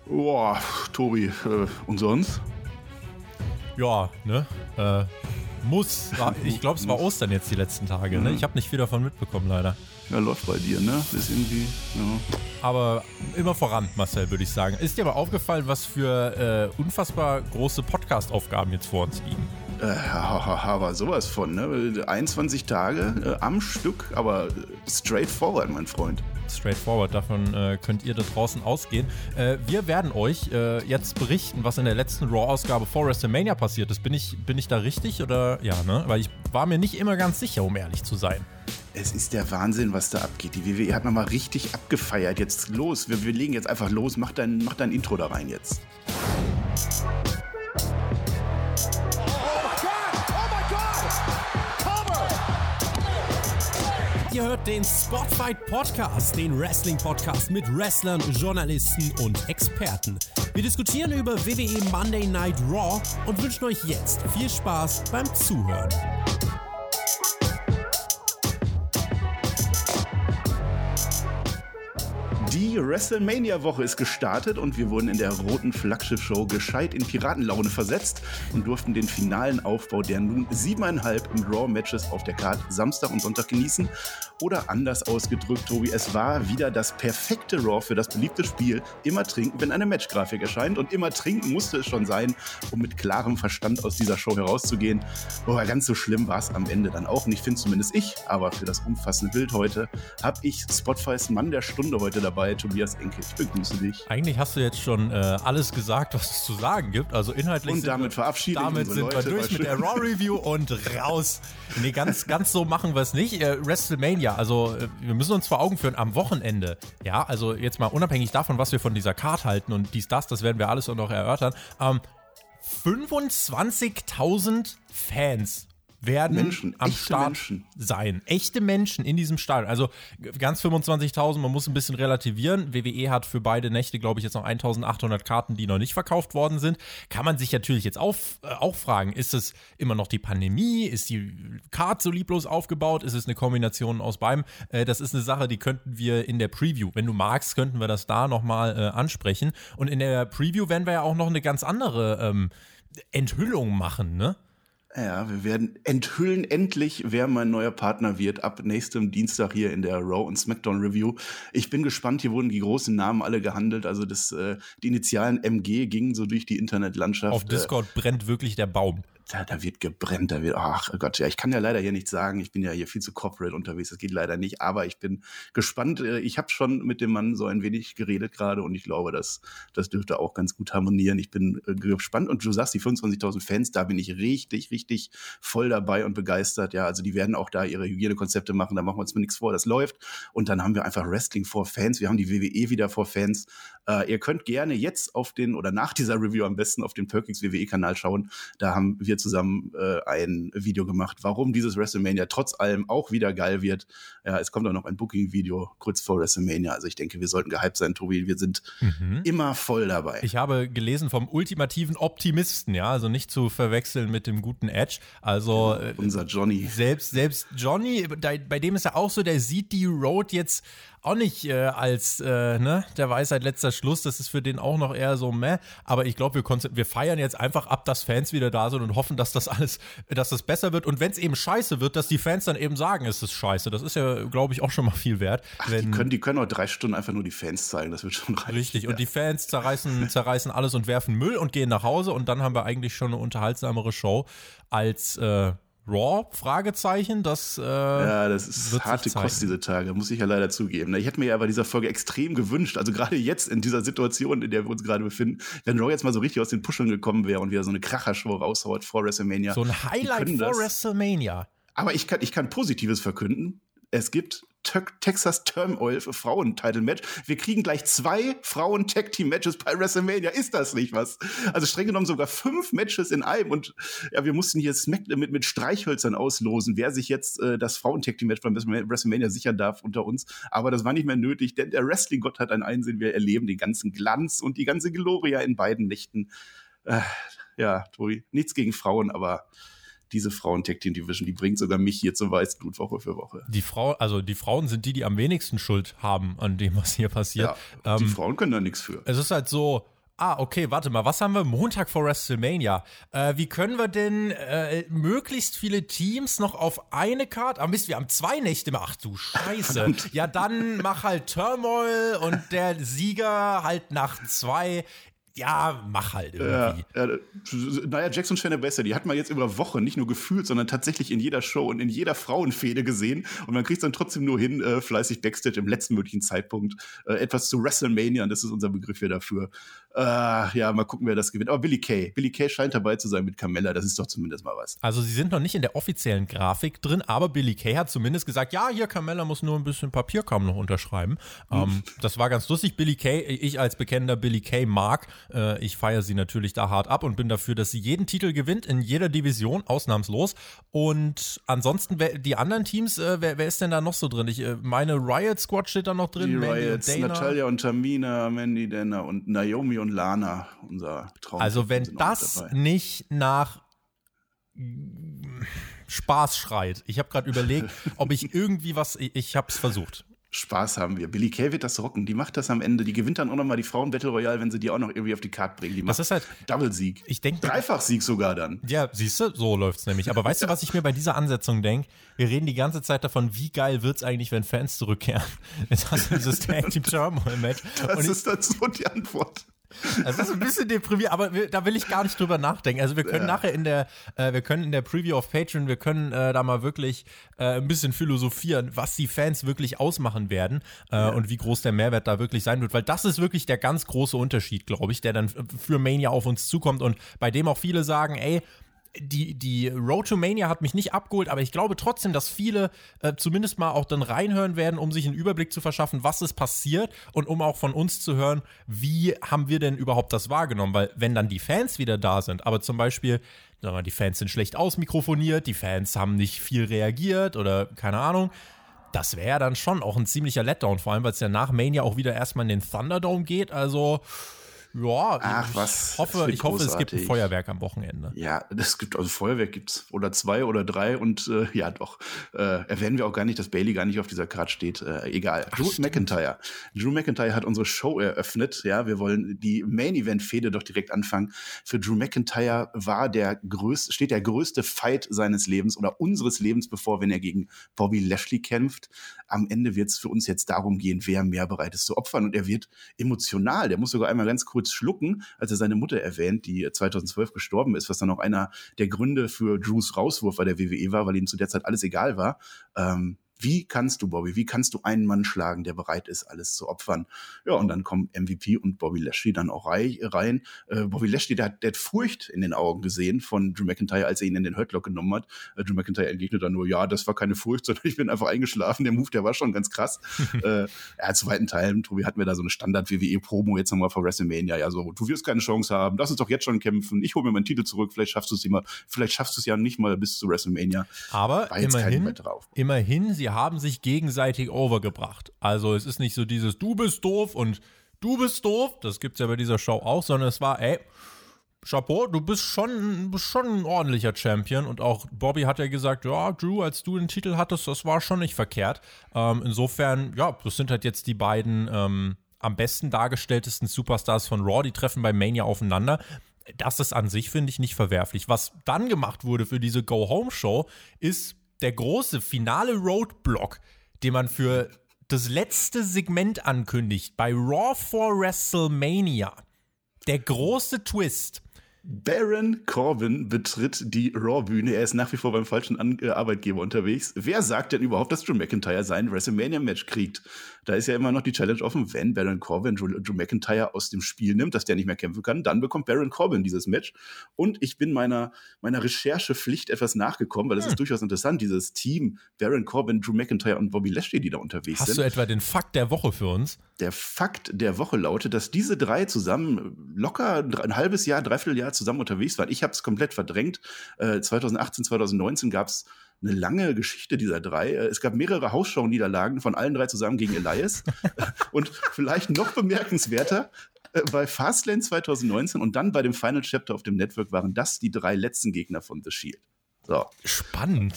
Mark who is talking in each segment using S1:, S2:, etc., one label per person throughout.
S1: Boah, Tobi, und sonst?
S2: Ja, ne? Ich glaube, es war Ostern jetzt die letzten Tage, ne? Ich habe nicht viel davon mitbekommen, leider.
S1: Ja, läuft bei dir, ne? Ist irgendwie, ja.
S2: Aber immer voran, Marcel, würde ich sagen. Ist dir aber aufgefallen, was für unfassbar große Podcast-Aufgaben jetzt vor uns liegen?
S1: Aber sowas von, ne? 21 Tage am Stück, aber straightforward, mein Freund.
S2: Straightforward, davon könnt ihr da draußen ausgehen. Wir werden euch jetzt berichten, was in der letzten Raw-Ausgabe vor WrestleMania passiert ist. Bin ich da richtig oder ja, ne? Weil ich war mir nicht immer ganz sicher, um ehrlich zu sein.
S1: Es ist der Wahnsinn, was da abgeht. Die WWE hat nochmal richtig abgefeiert. Jetzt los, wir legen jetzt einfach los. Mach dein Intro da rein jetzt.
S3: Ihr hört den Spotfight Podcast, den Wrestling-Podcast mit Wrestlern, Journalisten und Experten. Wir diskutieren über WWE Monday Night Raw und wünschen euch jetzt viel Spaß beim Zuhören.
S1: Die WrestleMania-Woche ist gestartet und wir wurden in der roten Flaggschiff-Show gescheit in Piratenlaune versetzt und durften den finalen Aufbau der nun 7,5 Raw-Matches auf der Card Samstag und Sonntag genießen. Oder anders ausgedrückt, Tobi, es war wieder das perfekte Raw für das beliebte Spiel immer trinken, wenn eine Matchgrafik erscheint. Und immer trinken musste es schon sein, um mit klarem Verstand aus dieser Show herauszugehen. Aber ganz so schlimm war es am Ende dann auch nicht, finde zumindest ich. Aber für das umfassende Bild heute habe ich Spotfights Mann der Stunde heute dabei, Tobias Enke. Ich begrüße dich.
S2: Eigentlich hast du jetzt schon alles gesagt, was es zu sagen gibt. Also inhaltlich
S1: und damit verabschieden
S2: damit sind wir durch mit der Raw-Review und raus. Nee, ganz so machen wir es nicht. WrestleMania, also wir müssen uns vor Augen führen, am Wochenende, ja, also jetzt mal unabhängig davon, was wir von dieser Card halten und das werden wir alles noch erörtern, 25.000 Fans werden
S1: Menschen,
S2: am Start sein. Echte Menschen in diesem Stadion. Also ganz 25.000, man muss ein bisschen relativieren. WWE hat für beide Nächte, glaube ich, jetzt noch 1.800 Karten, die noch nicht verkauft worden sind. Kann man sich natürlich jetzt auch fragen, ist es immer noch die Pandemie? Ist die Card so lieblos aufgebaut? Ist es eine Kombination aus beidem? Das ist eine Sache, die könnten wir in der Preview, wenn du magst, könnten wir das da nochmal ansprechen. Und in der Preview werden wir ja auch noch eine ganz andere Enthüllung machen, ne?
S1: Ja, wir werden enthüllen endlich, wer mein neuer Partner wird, ab nächstem Dienstag hier in der Raw und SmackDown Review. Ich bin gespannt, hier wurden die großen Namen alle gehandelt, also die Initialen MG gingen so durch die Internetlandschaft.
S2: Auf Discord brennt wirklich der Baum.
S1: Da wird gebrennt, ach Gott, ja, ich kann ja leider hier nichts sagen, ich bin ja hier viel zu corporate unterwegs, das geht leider nicht, aber ich bin gespannt, ich habe schon mit dem Mann so ein wenig geredet gerade und ich glaube, das dürfte auch ganz gut harmonieren. Ich bin gespannt und du sagst, die 25.000 Fans, da bin ich richtig voll dabei und begeistert, ja, also die werden auch da ihre Hygienekonzepte machen, da machen wir uns mir nichts vor, das läuft und dann haben wir einfach Wrestling vor Fans, wir haben die WWE wieder vor Fans. Ihr könnt gerne jetzt oder nach dieser Review am besten auf den Perkins WWE-Kanal schauen, da haben wir zusammen ein Video gemacht, warum dieses WrestleMania trotz allem auch wieder geil wird. Ja, es kommt auch noch ein Booking-Video kurz vor WrestleMania. Also ich denke, wir sollten gehypt sein, Tobi. Wir sind immer voll dabei.
S2: Ich habe gelesen vom ultimativen Optimisten, ja, also nicht zu verwechseln mit dem guten Edge. Also
S1: ja, unser Johnny.
S2: Selbst Johnny, bei dem ist ja auch so, der sieht die Road jetzt auch nicht als der Weisheit letzter Schluss, das ist für den auch noch eher so aber ich glaube, wir feiern jetzt einfach ab, dass Fans wieder da sind und hoffen, dass das besser wird und wenn es eben scheiße wird, dass die Fans dann eben sagen, es ist scheiße, das ist ja, glaube ich, auch schon mal viel wert.
S1: Die können auch 3 Stunden einfach nur die Fans zeigen, das wird schon reichen.
S2: Richtig, und die Fans zerreißen alles und werfen Müll und gehen nach Hause und dann haben wir eigentlich schon eine unterhaltsamere Show als Raw? Fragezeichen, das
S1: ist harte Kost diese Tage, muss ich ja leider zugeben. Ich hätte mir ja bei dieser Folge extrem gewünscht, also gerade jetzt in dieser Situation, in der wir uns gerade befinden, wenn Raw jetzt mal so richtig aus den Puscheln gekommen wäre und wieder so eine Krachershow raushaut vor WrestleMania.
S2: So ein Highlight vor WrestleMania.
S1: Aber ich kann Positives verkünden. Es gibt Texas Turmoil für Frauen-Title-Match. Wir kriegen gleich 2 Frauen-Tag-Team-Matches bei WrestleMania. Ist das nicht was? Also streng genommen sogar 5 Matches in einem. Und ja, wir mussten hier mit Streichhölzern auslosen, wer sich jetzt das Frauen-Tag-Team-Match beim WrestleMania sichern darf unter uns. Aber das war nicht mehr nötig, denn der Wrestling-Gott hat ein Einsehen. Wir erleben den ganzen Glanz und die ganze Gloria in beiden Nächten. Ja, Tobi, nichts gegen Frauen, aber diese Frauen-Tag-Team-Division, die bringt sogar mich hier zum Weißblut Woche für Woche.
S2: Die Frauen sind die am wenigsten Schuld haben an dem, was hier passiert.
S1: Ja, die Frauen können da nichts für.
S2: Es ist halt so, Okay, warte mal, was haben wir? Montag vor WrestleMania. Wie können wir denn möglichst viele Teams noch auf eine Card? Mist, wir haben 2 Nächte mehr. Ach du Scheiße. Ja, dann mach halt Turmoil und der Sieger halt nach 2. Ja, mach halt irgendwie.
S1: Nia Jax und Shayna Baszler, die hat man jetzt über Wochen nicht nur gefühlt, sondern tatsächlich in jeder Show und in jeder Frauenfehde gesehen. Und man kriegt es dann trotzdem nur hin, fleißig Backstage im letzten möglichen Zeitpunkt etwas zu WrestleMania. Und das ist unser Begriff hier dafür. Mal gucken, wer das gewinnt. Aber Billie Kay scheint dabei zu sein mit Carmella. Das ist doch zumindest mal was.
S2: Also sie sind noch nicht in der offiziellen Grafik drin, aber Billie Kay hat zumindest gesagt, ja, hier Carmella muss nur ein bisschen Papierkram noch unterschreiben. Das war ganz lustig. Billie Kay, ich als bekennender Billie Kay mag, ich feiere sie natürlich da hart ab und bin dafür, dass sie jeden Titel gewinnt, in jeder Division, ausnahmslos. Und ansonsten, die anderen Teams, wer ist denn da noch so drin? Ich meine, Riot Squad steht da noch drin.
S1: Die
S2: Mandy
S1: Riots,
S2: und Dana.
S1: Natalia und Tamina, Mandy, Dana und Naomi und Lana, unser Traum.
S2: Also wenn das nicht nach Spaß schreit. Ich habe gerade überlegt, ob ich irgendwie ich habe es versucht.
S1: Spaß haben wir. Billie Kay wird das rocken. Die macht das am Ende. Die gewinnt dann auch nochmal die Frauen-Battle Royale, wenn sie die auch noch irgendwie auf die Karte bringen. Die macht
S2: das ist halt
S1: Double-Sieg.
S2: Ich denke,
S1: Dreifach-Sieg sogar dann.
S2: Ja, siehst du, so läuft's nämlich. Aber weißt du, was ich mir bei dieser Ansetzung denke? Wir reden die ganze Zeit davon, wie geil wird's eigentlich, wenn Fans zurückkehren. Jetzt hast du dieses Tag-Team-Turmoil-Match.
S1: Das ist dann so die Antwort.
S2: Es ist ein bisschen deprimierend, aber da will ich gar nicht drüber nachdenken. Also wir können nachher in der Preview auf Patreon, wir können da mal wirklich ein bisschen philosophieren, was die Fans wirklich ausmachen werden und wie groß der Mehrwert da wirklich sein wird, weil das ist wirklich der ganz große Unterschied, glaube ich, der dann für Mania auf uns zukommt und bei dem auch viele sagen, ey, die Road to Mania hat mich nicht abgeholt, aber ich glaube trotzdem, dass viele zumindest mal auch dann reinhören werden, um sich einen Überblick zu verschaffen, was ist passiert und um auch von uns zu hören, wie haben wir denn überhaupt das wahrgenommen, weil wenn dann die Fans wieder da sind, aber zum Beispiel, sagen wir mal, die Fans sind schlecht ausmikrofoniert, die Fans haben nicht viel reagiert oder keine Ahnung, das wäre dann schon auch ein ziemlicher Letdown, vor allem, weil es ja nach Mania auch wieder erstmal in den Thunderdome geht, also ja, ich hoffe, es gibt ein Feuerwerk am Wochenende.
S1: Ja, Feuerwerk gibt's oder 2 oder 3 und erwähnen wir auch gar nicht, dass Bayley gar nicht auf dieser Karte steht. Egal. Drew McIntyre hat unsere Show eröffnet. Ja, wir wollen die Main-Event-Fehde doch direkt anfangen. Für Drew McIntyre steht der größte Fight seines Lebens oder unseres Lebens bevor, wenn er gegen Bobby Lashley kämpft. Am Ende wird es für uns jetzt darum gehen, wer mehr bereit ist zu opfern und er wird emotional. Der muss sogar einmal ganz kurz schlucken, als er seine Mutter erwähnt, die 2012 gestorben ist, was dann auch einer der Gründe für Drews Rauswurf bei der WWE war, weil ihm zu der Zeit alles egal war. Wie kannst du, Bobby, einen Mann schlagen, der bereit ist, alles zu opfern? Ja, und dann kommen MVP und Bobby Lashley dann auch rein. Bobby Lashley, der hat Furcht in den Augen gesehen von Drew McIntyre, als er ihn in den Hurtlock genommen hat. Drew McIntyre entgegnet dann nur, ja, das war keine Furcht, sondern ich bin einfach eingeschlafen. Der Move, der war schon ganz krass. Zu weiten Teilen, Tobi, hatten wir da so eine Standard-WWE-Promo jetzt nochmal vor WrestleMania. Ja, so, du wirst keine Chance haben, lass uns doch jetzt schon kämpfen. Ich hole mir meinen Titel zurück, vielleicht schaffst du es ja nicht mal bis zu WrestleMania.
S2: Aber immerhin, sie haben sich gegenseitig overgebracht. Also es ist nicht so dieses du bist doof und du bist doof, das gibt's ja bei dieser Show auch, sondern es war, Chapeau, du bist schon ein ordentlicher Champion und auch Bobby hat ja gesagt, ja, Drew, als du den Titel hattest, das war schon nicht verkehrt. Insofern, ja, das sind halt jetzt die beiden am besten dargestelltesten Superstars von Raw, die treffen bei Mania aufeinander. Das ist an sich, finde ich, nicht verwerflich. Was dann gemacht wurde für diese Go-Home-Show, ist der große finale Roadblock, den man für das letzte Segment ankündigt, bei Raw for WrestleMania. Der große Twist.
S1: Baron Corbin betritt die Raw-Bühne. Er ist nach wie vor beim falschen Arbeitgeber unterwegs. Wer sagt denn überhaupt, dass Drew McIntyre sein WrestleMania-Match kriegt? Da ist ja immer noch die Challenge offen, wenn Baron Corbin Drew McIntyre aus dem Spiel nimmt, dass der nicht mehr kämpfen kann, dann bekommt Baron Corbin dieses Match. Und ich bin meiner Recherchepflicht etwas nachgekommen, weil es ist durchaus interessant, dieses Team Baron Corbin, Drew McIntyre und Bobby Lashley, die da unterwegs sind.
S2: Hast du etwa den Fakt der Woche für uns?
S1: Der Fakt der Woche lautet, dass diese drei zusammen locker ein halbes Jahr, dreiviertel Jahr zusammen unterwegs waren. Ich habe es komplett verdrängt. 2018, 2019 gab es eine lange Geschichte dieser drei. Es gab mehrere Hausschau-Niederlagen von allen drei zusammen gegen Elias. Und vielleicht noch bemerkenswerter, bei Fastlane 2019 und dann bei dem Final Chapter auf dem Network waren das die drei letzten Gegner von The Shield. So.
S2: Spannend.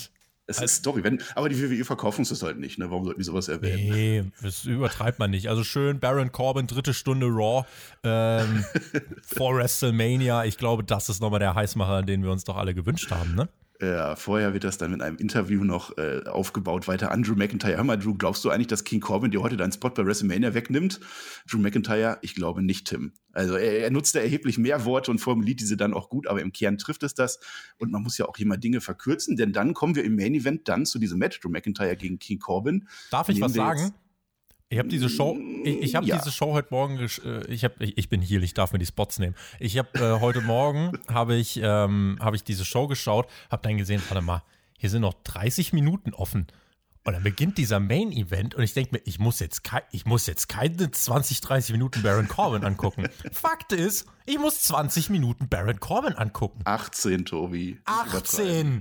S1: Es ist Story, aber die WWE verkaufen uns das halt nicht, ne? Warum sollten die sowas erwähnen?
S2: Nee, das übertreibt man nicht. Also schön, Baron Corbin, 3. Stunde Raw vor WrestleMania. Ich glaube, das ist nochmal der Heißmacher, den wir uns doch alle gewünscht haben, ne?
S1: Ja, vorher wird das dann mit einem Interview noch aufgebaut weiter an Drew McIntyre. Hör mal, Drew, glaubst du eigentlich, dass King Corbin dir heute deinen Spot bei WrestleMania wegnimmt? Drew McIntyre, ich glaube nicht, Tim. Also er nutzt da erheblich mehr Worte und formuliert diese dann auch gut, aber im Kern trifft es das. Und man muss ja auch hier mal Dinge verkürzen, denn dann kommen wir im Main Event dann zu diesem Match, Drew McIntyre gegen King Corbin.
S2: Darf ich was sagen? Ich habe diese Show, diese Show heute Morgen, ich bin hier, ich darf mir die Spots nehmen. Ich habe heute Morgen habe ich diese Show geschaut, habe dann gesehen, warte mal, hier sind noch 30 Minuten offen. Und dann beginnt dieser Main Event und ich denke mir, ich muss jetzt keine 20, 30 Minuten Baron Corbin angucken. Fakt ist, ich muss 20 Minuten Baron Corbin angucken.
S1: 18, Tobi.
S2: 18!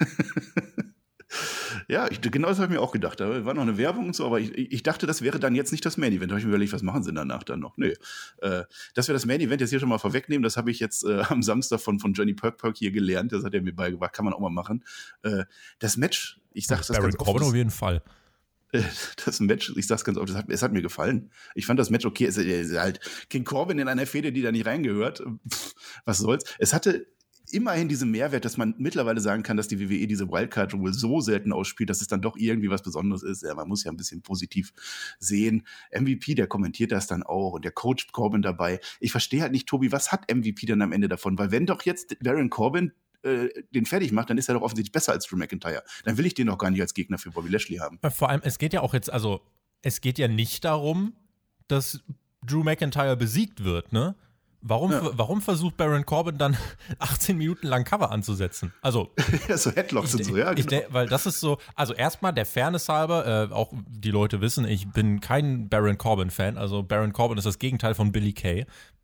S1: Ja, genau das habe ich mir auch gedacht. Da war noch eine Werbung und so, aber ich dachte, das wäre dann jetzt nicht das Main Event. Da habe ich mir überlegt, was machen sie danach dann noch? Nee. Dass wir das Main Event jetzt hier schon mal vorwegnehmen, das habe ich jetzt am Samstag von Johnny Perk hier gelernt. Das hat er mir beigebracht, kann man auch mal machen. Das Match, ich sag's das
S2: Baron
S1: ganz
S2: Corbin
S1: oft.
S2: auf jeden Fall.
S1: Das Match, ich sag's ganz oft, es hat mir gefallen. Ich fand das Match okay. Es ist halt King Corbin in einer Fehde, die da nicht reingehört. Was soll's? Es hatte immerhin diesen Mehrwert, dass man mittlerweile sagen kann, dass die WWE diese Wildcard Rule so selten ausspielt, dass es dann doch irgendwie was Besonderes ist. Ja, man muss ja ein bisschen positiv sehen. MVP, der kommentiert das dann auch und der Coach Corbin dabei. Ich verstehe halt nicht, Tobi, was hat MVP dann am Ende davon? Weil wenn doch jetzt Baron Corbin den fertig macht, dann ist er doch offensichtlich besser als Drew McIntyre. Dann will ich den doch gar nicht als Gegner für Bobby Lashley haben.
S2: Vor allem, es geht ja auch jetzt, also es geht ja nicht darum, dass Drew McIntyre besiegt wird, ne? Warum versucht Baron Corbin dann 18 Minuten lang Cover anzusetzen? Also
S1: ja, so Headlocks und so, ja, genau.
S2: Weil das ist so, also erstmal der Fairness halber, auch die Leute wissen, ich bin kein Baron Corbin-Fan, also Baron Corbin ist das Gegenteil von Billy Kay.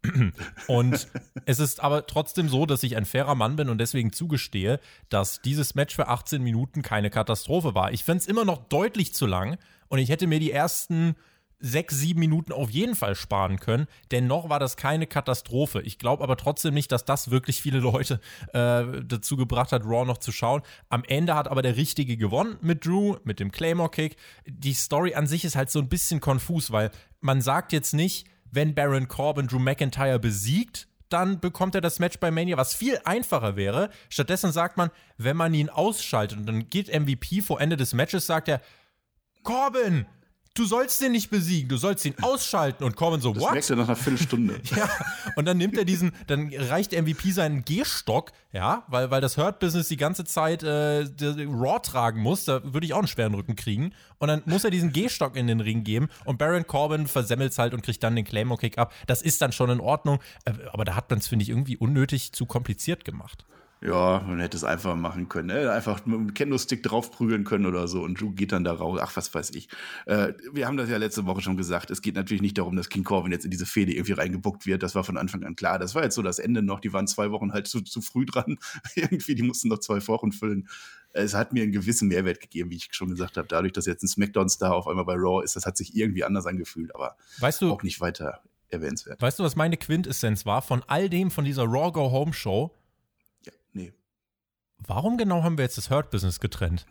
S2: Und es ist aber trotzdem so, dass ich ein fairer Mann bin und deswegen zugestehe, dass dieses Match für 18 Minuten keine Katastrophe war. Ich finde es immer noch deutlich zu lang und ich hätte mir die ersten 6, 7 Minuten auf jeden Fall sparen können. Dennoch war das keine Katastrophe. Ich glaube aber trotzdem nicht, dass das wirklich viele Leute dazu gebracht hat, Raw noch zu schauen. Am Ende hat aber der Richtige gewonnen mit Drew, mit dem Claymore-Kick. Die Story an sich ist halt so ein bisschen konfus, weil man sagt jetzt nicht, wenn Baron Corbin Drew McIntyre besiegt, dann bekommt er das Match bei Mania, was viel einfacher wäre. Stattdessen sagt man, wenn man ihn ausschaltet und dann geht MVP vor Ende des Matches, sagt er, Corbin, du sollst den nicht besiegen, du sollst ihn ausschalten. Und Corbin so,
S1: das
S2: what?
S1: merkst du nach einer Viertelstunde.
S2: Ja, und dann nimmt er dann reicht der MVP seinen Gehstock, ja, weil das Hurt Business die ganze Zeit Raw tragen muss, da würde ich auch einen schweren Rücken kriegen. Und dann muss er diesen Gehstock in den Ring geben und Baron Corbin versemmelt's halt und kriegt dann den Claymore-Kick ab. Das ist dann schon in Ordnung, aber da hat man es, finde ich, irgendwie unnötig zu kompliziert gemacht.
S1: Ja, man hätte es einfach machen können. Einfach mit dem Kendo-Stick draufprügeln können oder so und Drew geht dann da raus. Ach, was weiß ich. Wir haben das ja letzte Woche schon gesagt. Es geht natürlich nicht darum, dass King Corbin jetzt in diese Fehde irgendwie reingebuckt wird. Das war von Anfang an klar. Das war jetzt so das Ende noch. Die waren 2 Wochen halt zu früh dran. Irgendwie, die mussten noch 2 Wochen füllen. Es hat mir einen gewissen Mehrwert gegeben, wie ich schon gesagt habe. Dadurch, dass jetzt ein SmackDown-Star auf einmal bei Raw ist, das hat sich irgendwie anders angefühlt. Aber auch nicht weiter erwähnenswert.
S2: Weißt du, was meine Quintessenz war von all dem, von dieser Raw Go Home Show?
S1: Nee.
S2: Warum genau haben wir jetzt das Hurt-Business getrennt?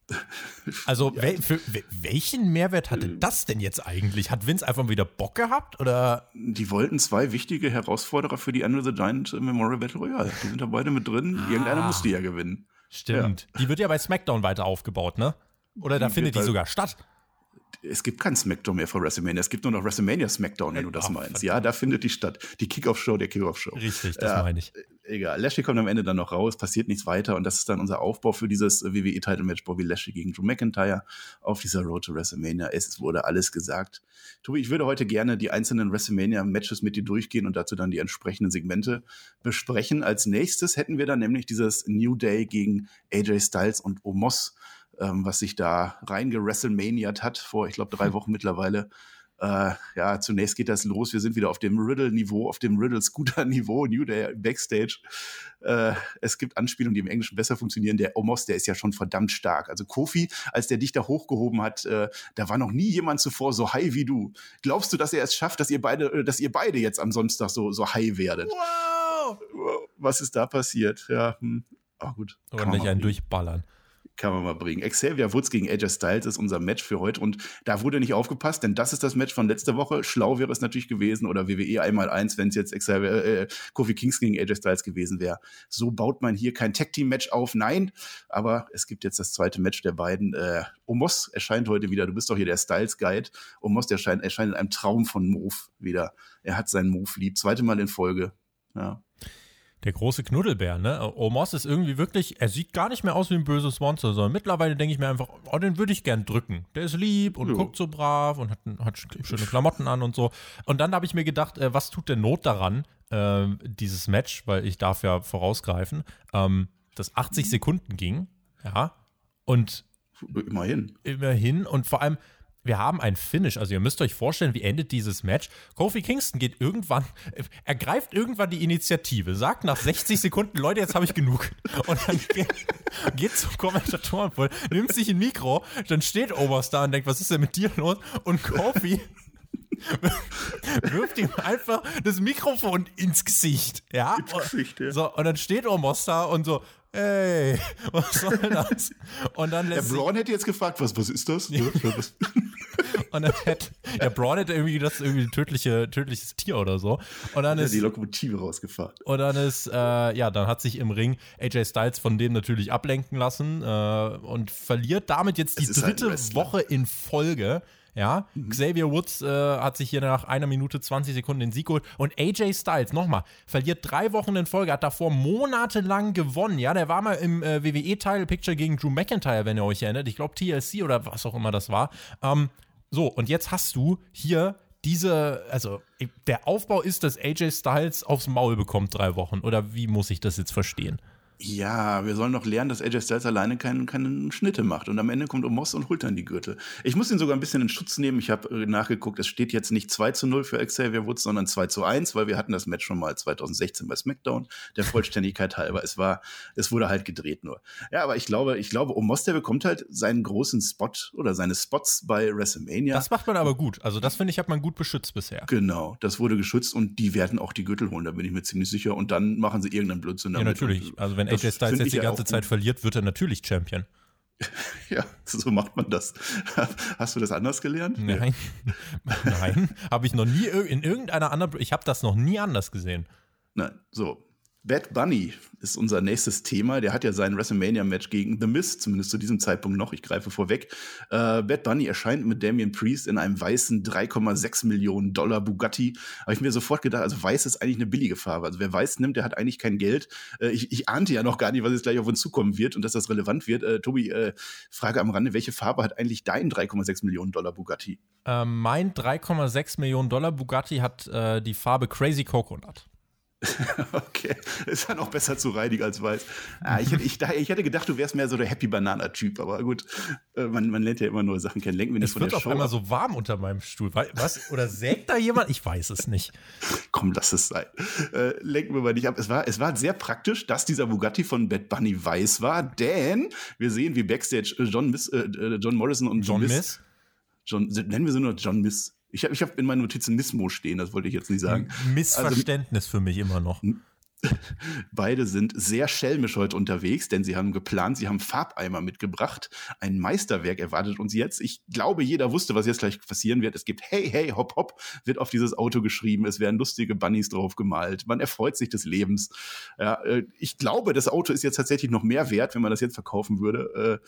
S2: Also,
S1: Ja.
S2: welchen Mehrwert hatte das denn jetzt eigentlich? Hat Vince einfach wieder Bock gehabt? Oder?
S1: Die wollten 2 wichtige Herausforderer für die Andre the Giant Memorial Battle Royale. Die sind da beide mit drin. Irgendeiner muss die ja gewinnen.
S2: Stimmt. Ja. Die wird ja bei SmackDown weiter aufgebaut, ne? Oder da findet die sogar statt.
S1: Es gibt kein SmackDown mehr vor WrestleMania. Es gibt nur noch WrestleMania SmackDown, wenn du das meinst. Ja, da findet die statt. Die Kickoff-Show, der Kickoff-Show.
S2: Richtig, das meine ich.
S1: Egal. Lashley kommt am Ende dann noch raus, passiert nichts weiter und das ist dann unser Aufbau für dieses WWE-Title-Match Bobby Lashley gegen Drew McIntyre auf dieser Road to WrestleMania. Es wurde alles gesagt. Tobi, ich würde heute gerne die einzelnen WrestleMania-Matches mit dir durchgehen und dazu dann die entsprechenden Segmente besprechen. Als nächstes hätten wir dann nämlich dieses New Day gegen AJ Styles und Omos, was sich da reinge-WrestleManiat hat vor, ich glaube, 3 Wochen mittlerweile. Ja, zunächst geht das los. Wir sind wieder auf dem Riddle-Niveau, auf dem Riddle-Scooter-Niveau, New Day Backstage. Es gibt Anspielungen, die im Englischen besser funktionieren. Der Omos, der ist ja schon verdammt stark. Also Kofi, als der dich da hochgehoben hat, da war noch nie jemand zuvor so high wie du. Glaubst du, dass er es schafft, dass ihr beide jetzt am Samstag so high werdet?
S2: Wow!
S1: Was ist da passiert? Ja, gut.
S2: Ordentlich einen durchballern.
S1: Kann man mal bringen. Xavier Woods gegen AJ Styles ist unser Match für heute und da wurde nicht aufgepasst, denn das ist das Match von letzter Woche. Schlau wäre es natürlich gewesen oder WWE 1x1, wenn es jetzt Kofi Kingston gegen AJ Styles gewesen wäre. So baut man hier kein Tag-Team-Match auf, nein, aber es gibt jetzt das zweite Match der beiden. Omos erscheint heute wieder, du bist doch hier der Styles-Guide. Omos erscheint in einem Traum von Move wieder. Er hat seinen Move lieb, zweite Mal in Folge, ja.
S2: Der große Knuddelbär, ne? Omos ist irgendwie wirklich, er sieht gar nicht mehr aus wie ein böses Monster, sondern mittlerweile denke ich mir einfach, oh, den würde ich gern drücken. Der ist lieb und guckt so brav und hat schöne Klamotten an und so. Und dann habe ich mir gedacht, was tut der Not daran, dieses Match, weil ich darf ja vorausgreifen, das 80 Sekunden ging, ja, und Immerhin und vor allem, wir haben ein Finish, also ihr müsst euch vorstellen, wie endet dieses Match. Kofi Kingston ergreift irgendwann die Initiative, sagt nach 60 Sekunden, Leute, jetzt habe ich genug. Und dann geht zum Kommentatorenpult, nimmt sich ein Mikro, dann steht Omos da und denkt, was ist denn mit dir los? Und Kofi wirft ihm einfach das Mikrofon ins Gesicht. Ja? So, und dann steht Omos da und so, ey, was soll das? Und dann
S1: der Braun hätte jetzt gefragt, was ist das? Ja.
S2: Und dann Braun hätte irgendwie das ein tödliches Tier oder so. Und dann ist
S1: die Lokomotive rausgefahren.
S2: Und dann dann hat sich im Ring AJ Styles von dem natürlich ablenken lassen und verliert damit jetzt die dritte Woche in Folge. Ja, Xavier Woods hat sich hier nach 1 Minute 20 Sekunden den Sieg geholt. Und AJ Styles, nochmal, verliert 3 Wochen in Folge, hat davor monatelang gewonnen. Ja, der war mal im WWE-Title Picture gegen Drew McIntyre, wenn ihr euch erinnert. Ich glaube TLC oder was auch immer das war. So, und jetzt hast du hier der Aufbau ist, dass AJ Styles aufs Maul bekommt 3 Wochen. Oder wie muss ich das jetzt verstehen?
S1: Ja, wir sollen noch lernen, dass AJ Styles alleine keine Schnitte macht. Und am Ende kommt Omos und holt dann die Gürtel. Ich muss ihn sogar ein bisschen in Schutz nehmen. Ich habe nachgeguckt, es steht jetzt nicht 2:0 für Xavier Woods, sondern 2:1, weil wir hatten das Match schon mal 2016 bei SmackDown. Der Vollständigkeit halber. Es wurde halt gedreht nur. Ja, aber ich glaube, Omos, der bekommt halt seinen großen Spot oder seine Spots bei WrestleMania.
S2: Das macht man aber gut. Also das, finde ich, hat man gut beschützt bisher.
S1: Genau, das wurde geschützt und die werden auch die Gürtel holen, da bin ich mir ziemlich sicher. Und dann machen sie irgendeinen Blödsinn damit.
S2: Ja, natürlich. Also wenn AJ Styles jetzt die ganze Zeit verliert, wird er natürlich Champion.
S1: Ja, so macht man das. Hast du das anders gelernt?
S2: Nein. Nein, habe ich noch nie in irgendeiner anderen, ich habe das noch nie anders gesehen.
S1: Nein, so. Bad Bunny ist unser nächstes Thema. Der hat ja sein WrestleMania-Match gegen The Miz, zumindest zu diesem Zeitpunkt noch. Ich greife vorweg. Bad Bunny erscheint mit Damian Priest in einem weißen $3,6 Millionen Bugatti. Habe ich mir sofort gedacht, also weiß ist eigentlich eine billige Farbe. Also wer weiß nimmt, der hat eigentlich kein Geld. Ich ahnte ja noch gar nicht, was jetzt gleich auf uns zukommen wird und dass das relevant wird. Tobi, Frage am Rande, welche Farbe hat eigentlich dein $3,6 Millionen Bugatti?
S2: Mein $3,6 Millionen Bugatti hat die Farbe Crazy Coconut.
S1: Okay, ist ja noch besser zu reinigen als weiß. Ich hätte gedacht, du wärst mehr so der Happy-Banana-Typ, aber gut, man lernt ja immer nur Sachen kennen. Lenken wir nicht von der Show.
S2: Es wird auf einmal so warm unter meinem Stuhl. Was? Oder sägt da jemand? Ich weiß es nicht.
S1: Komm, lass es sein. Lenken wir mal nicht ab. Es war sehr praktisch, dass dieser Bugatti von Bad Bunny weiß war, denn wir sehen, wie Backstage John Morrison und John Miz. Nennen wir sie nur John Miz. Ich hab in meinen Notizen Missmo stehen, das wollte ich jetzt nicht sagen.
S2: Missverständnis für mich immer noch.
S1: Beide sind sehr schelmisch heute unterwegs, denn sie haben geplant, sie haben Farbeimer mitgebracht. Ein Meisterwerk erwartet uns jetzt. Ich glaube, jeder wusste, was jetzt gleich passieren wird. Es gibt Hey, hey, hopp, hopp, wird auf dieses Auto geschrieben. Es werden lustige Bunnies drauf gemalt. Man erfreut sich des Lebens. Ja, ich glaube, das Auto ist jetzt tatsächlich noch mehr wert, wenn man das jetzt verkaufen würde.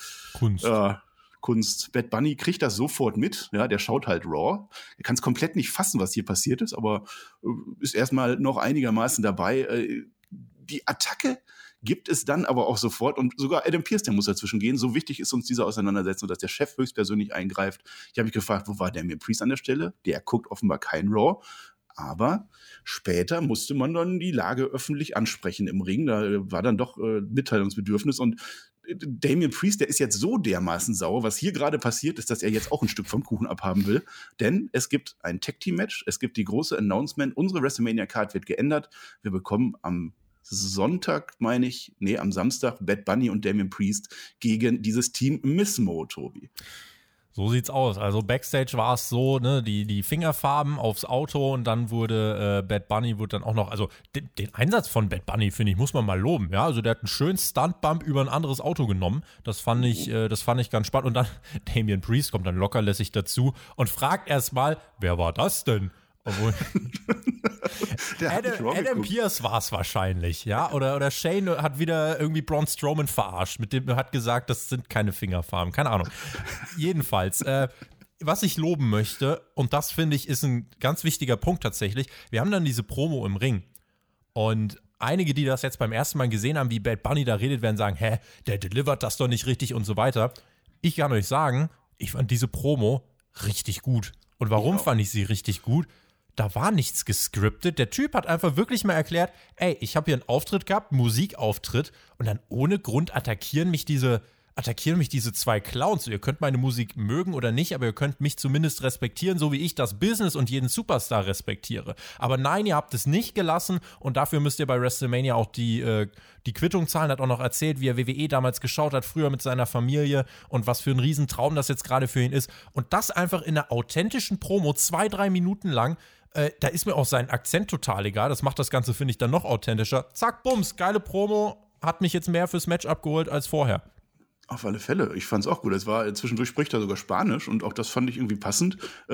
S1: Kunst. Bad Bunny kriegt das sofort mit, ja, der schaut halt Raw. Er kann es komplett nicht fassen, was hier passiert ist, aber ist erstmal noch einigermaßen dabei. Die Attacke gibt es dann aber auch sofort und sogar Adam Pearce, der muss dazwischen gehen. So wichtig ist uns diese Auseinandersetzung, dass der Chef höchstpersönlich eingreift. Ich habe mich gefragt, wo war Damian Priest an der Stelle? Der guckt offenbar kein Raw. Aber später musste man dann die Lage öffentlich ansprechen im Ring. Da war dann doch Mitteilungsbedürfnis und Damian Priest, der ist jetzt so dermaßen sauer. Was hier gerade passiert, ist, dass er jetzt auch ein Stück vom Kuchen abhaben will. Denn es gibt ein Tag-Team-Match, es gibt die große Announcement, unsere WrestleMania-Card wird geändert. Wir bekommen am Samstag, Bad Bunny und Damian Priest gegen dieses Team Missmo, Tobi.
S2: So sieht's aus. Also Backstage war es so, ne, die Fingerfarben aufs Auto und dann wurde Bad Bunny wurde dann auch noch, also den Einsatz von Bad Bunny, finde ich, muss man mal loben. Ja, also der hat einen schönen Stuntbump über ein anderes Auto genommen. Das fand ich ganz spannend. Und dann Damian Priest kommt dann lockerlässig dazu und fragt erstmal, wer war das denn? Obwohl Adam Pearce war es wahrscheinlich, ja, oder Shane hat wieder irgendwie Braun Strowman verarscht, mit dem er hat gesagt, das sind keine Fingerfarben, keine Ahnung. Jedenfalls, was ich loben möchte, und das finde ich ist ein ganz wichtiger Punkt tatsächlich, wir haben dann diese Promo im Ring und einige, die das jetzt beim ersten Mal gesehen haben, wie Bad Bunny da redet, werden sagen, der delivert das doch nicht richtig und so weiter. Ich kann euch sagen, ich fand diese Promo richtig gut. Und warum fand ich sie richtig gut? Da war nichts gescriptet. Der Typ hat einfach wirklich mal erklärt, ey, ich habe hier einen Auftritt gehabt, Musikauftritt, und dann ohne Grund attackieren mich diese zwei Clowns. Ihr könnt meine Musik mögen oder nicht, aber ihr könnt mich zumindest respektieren, so wie ich das Business und jeden Superstar respektiere. Aber nein, ihr habt es nicht gelassen und dafür müsst ihr bei WrestleMania auch die Quittung zahlen. Hat auch noch erzählt, wie er WWE damals geschaut hat, früher mit seiner Familie und was für ein Riesentraum das jetzt gerade für ihn ist. Und das einfach in einer authentischen Promo, 2-3 Minuten lang. Da ist mir auch sein Akzent total egal. Das macht das Ganze, finde ich, dann noch authentischer. Zack, bums, geile Promo. Hat mich jetzt mehr fürs Match abgeholt als vorher.
S1: Auf alle Fälle. Ich fand es auch gut. Es war zwischendurch spricht er sogar Spanisch und auch das fand ich irgendwie passend.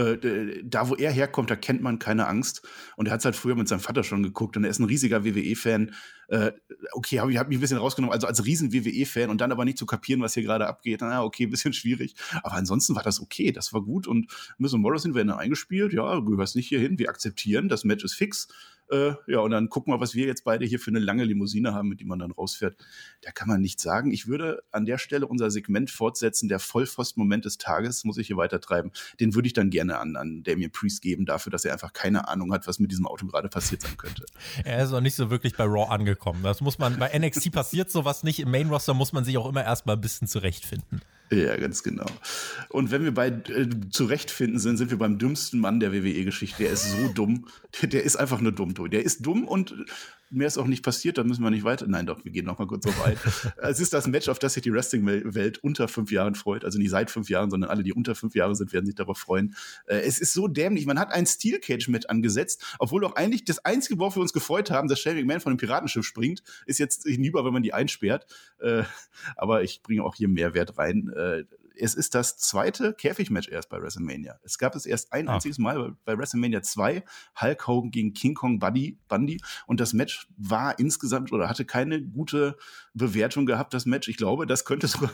S1: Da, wo er herkommt, da kennt man keine Angst. Und er hat es halt früher mit seinem Vater schon geguckt und er ist ein riesiger WWE-Fan. Okay, hab mich ein bisschen rausgenommen, also als riesen WWE-Fan und dann aber nicht zu kapieren, was hier gerade abgeht. Na, okay, ein bisschen schwierig. Aber ansonsten war das okay, das war gut und Miz und Morrison werden dann eingespielt. Ja, du gehörst nicht hierhin, wir akzeptieren, das Match ist fix. Ja, und dann gucken wir, was wir jetzt beide hier für eine lange Limousine haben, mit die man dann rausfährt. Da kann man nichts sagen. Ich würde an der Stelle unser Segment fortsetzen, der Vollpfosten-Moment des Tages, muss ich hier weitertreiben. Den würde ich dann gerne an Damian Priest geben, dafür, dass er einfach keine Ahnung hat, was mit diesem Auto gerade passiert sein könnte.
S2: Er ist noch nicht so wirklich bei Raw angekommen. Das muss man, bei NXT passiert sowas nicht. Im Main-Roster muss man sich auch immer erstmal ein bisschen zurechtfinden.
S1: Ja, ganz genau. Und wenn wir bei zurechtfinden sind wir beim dümmsten Mann der WWE-Geschichte. Der ist so dumm. Der ist einfach nur dumm. Der ist dumm und mehr ist auch nicht passiert, da müssen wir nicht weiter. Nein, doch, wir gehen noch mal kurz so weit. Es ist das Match, auf das sich die Wrestling-Welt unter 5 Jahren freut. Also nicht seit 5 Jahren, sondern alle, die unter 5 Jahre sind, werden sich darauf freuen. Es ist so dämlich. Man hat ein Steel Cage-Match angesetzt, obwohl doch eigentlich das Einzige, worauf wir uns gefreut haben, dass Shane McMahon von dem Piratenschiff springt, ist jetzt hinüber, wenn man die einsperrt. Aber ich bringe auch hier Mehrwert rein. Es ist das zweite Käfigmatch erst bei WrestleMania. Es gab es erst ein einziges Mal bei WrestleMania 2, Hulk Hogan gegen King Kong Bundy. Und das Match war insgesamt oder hatte keine gute Bewertung gehabt, das Match. Ich glaube, das könnte sogar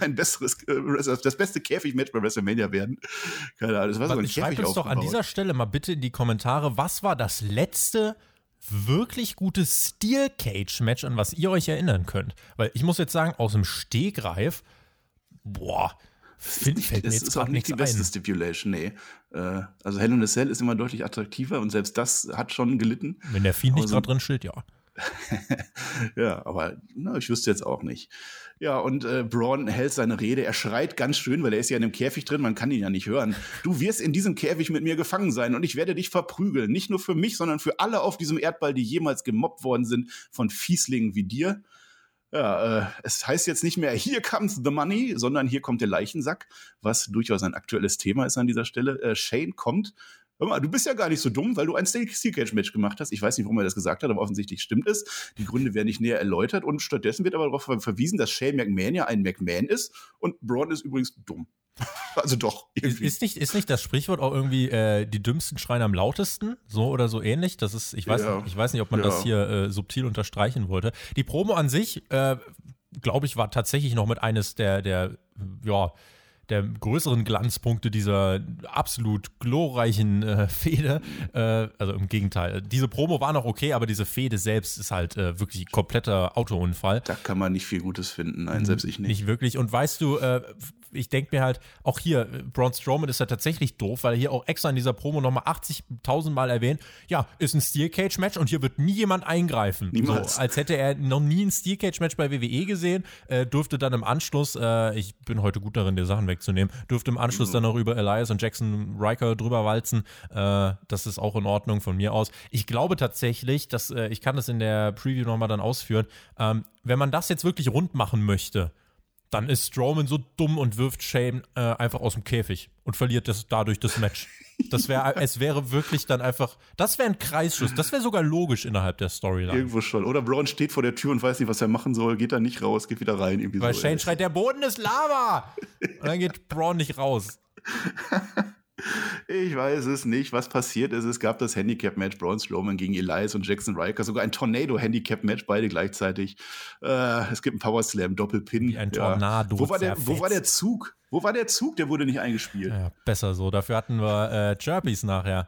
S1: das beste Käfigmatch bei WrestleMania werden. Keine Ahnung, das war sogar ein Käfig
S2: Schreibt uns doch an dieser Stelle mal bitte in die Kommentare, was war das letzte wirklich gute Steel Cage Match, an was ihr euch erinnern könnt? Weil ich muss jetzt sagen, aus dem Stegreif, fällt mir jetzt
S1: ist auch nicht die beste Stipulation, nee. Also Hell in a Cell ist immer deutlich attraktiver und selbst das hat schon gelitten.
S2: Wenn der Fiend nicht gerade drin steht, ja.
S1: Ja, aber ich wüsste jetzt auch nicht. Ja, und Braun hält seine Rede. Er schreit ganz schön, weil er ist ja in einem Käfig drin, man kann ihn ja nicht hören. Du wirst in diesem Käfig mit mir gefangen sein und ich werde dich verprügeln. Nicht nur für mich, sondern für alle auf diesem Erdball, die jemals gemobbt worden sind von Fieslingen wie dir. Ja, es heißt jetzt nicht mehr, here comes the money, sondern hier kommt der Leichensack, was durchaus ein aktuelles Thema ist an dieser Stelle. Shane kommt. Hör mal, du bist ja gar nicht so dumm, weil du ein Steel Cage Match gemacht hast. Ich weiß nicht, warum er das gesagt hat, aber offensichtlich stimmt es. Die Gründe werden nicht näher erläutert und stattdessen wird aber darauf verwiesen, dass Shane McMahon ja ein McMahon ist und Braun ist übrigens dumm. Also doch.
S2: Ist nicht das Sprichwort auch irgendwie die dümmsten schreien am lautesten? So oder so ähnlich? Das ist, ich weiß nicht, ob man das hier subtil unterstreichen wollte. Die Promo an sich, glaube ich, war tatsächlich noch mit eines der größeren Glanzpunkte dieser absolut glorreichen Fehde. Also im Gegenteil. Diese Promo war noch okay, aber diese Fehde selbst ist halt wirklich ein kompletter Autounfall.
S1: Da kann man nicht viel Gutes finden. Nein, selbst ich nicht.
S2: Nicht wirklich. Und weißt du, ich denke mir halt, auch hier, Braun Strowman ist ja tatsächlich doof, weil er hier auch extra in dieser Promo nochmal 80.000 Mal erwähnt, ja, ist ein Steel Cage Match und hier wird nie jemand eingreifen.
S1: Niemals.
S2: So, als hätte er noch nie ein Steel Cage Match bei WWE gesehen, durfte dann im Anschluss, ich bin heute gut darin, dir Sachen wegzunehmen, durfte im Anschluss dann noch über Elias und Jackson Riker drüber walzen. Das ist auch in Ordnung von mir aus. Ich glaube tatsächlich, dass ich kann das in der Preview nochmal dann ausführen, wenn man das jetzt wirklich rund machen möchte, dann ist Strowman so dumm und wirft Shane einfach aus dem Käfig und verliert dadurch das Match. Es wäre wirklich dann einfach, das wäre ein Kreisschuss, das wäre sogar logisch innerhalb der Storyline.
S1: Irgendwo schon. Oder Braun steht vor der Tür und weiß nicht, was er machen soll, geht dann nicht raus, geht wieder rein. Irgendwie
S2: Weil
S1: so,
S2: Shane schreit, der Boden ist Lava! Und dann geht Braun nicht raus.
S1: Ich weiß es nicht, was passiert ist. Es gab das Handicap-Match Braun Strowman gegen Elias und Jackson Ryker, sogar ein Tornado-Handicap-Match, beide gleichzeitig. Es gibt einen Power-Slam, Doppelpin.
S2: Wie ein Tornado.
S1: Wo war der Zug? Wo war der Zug? Der wurde nicht eingespielt.
S2: Ja, besser so. Dafür hatten wir Chirpies nachher.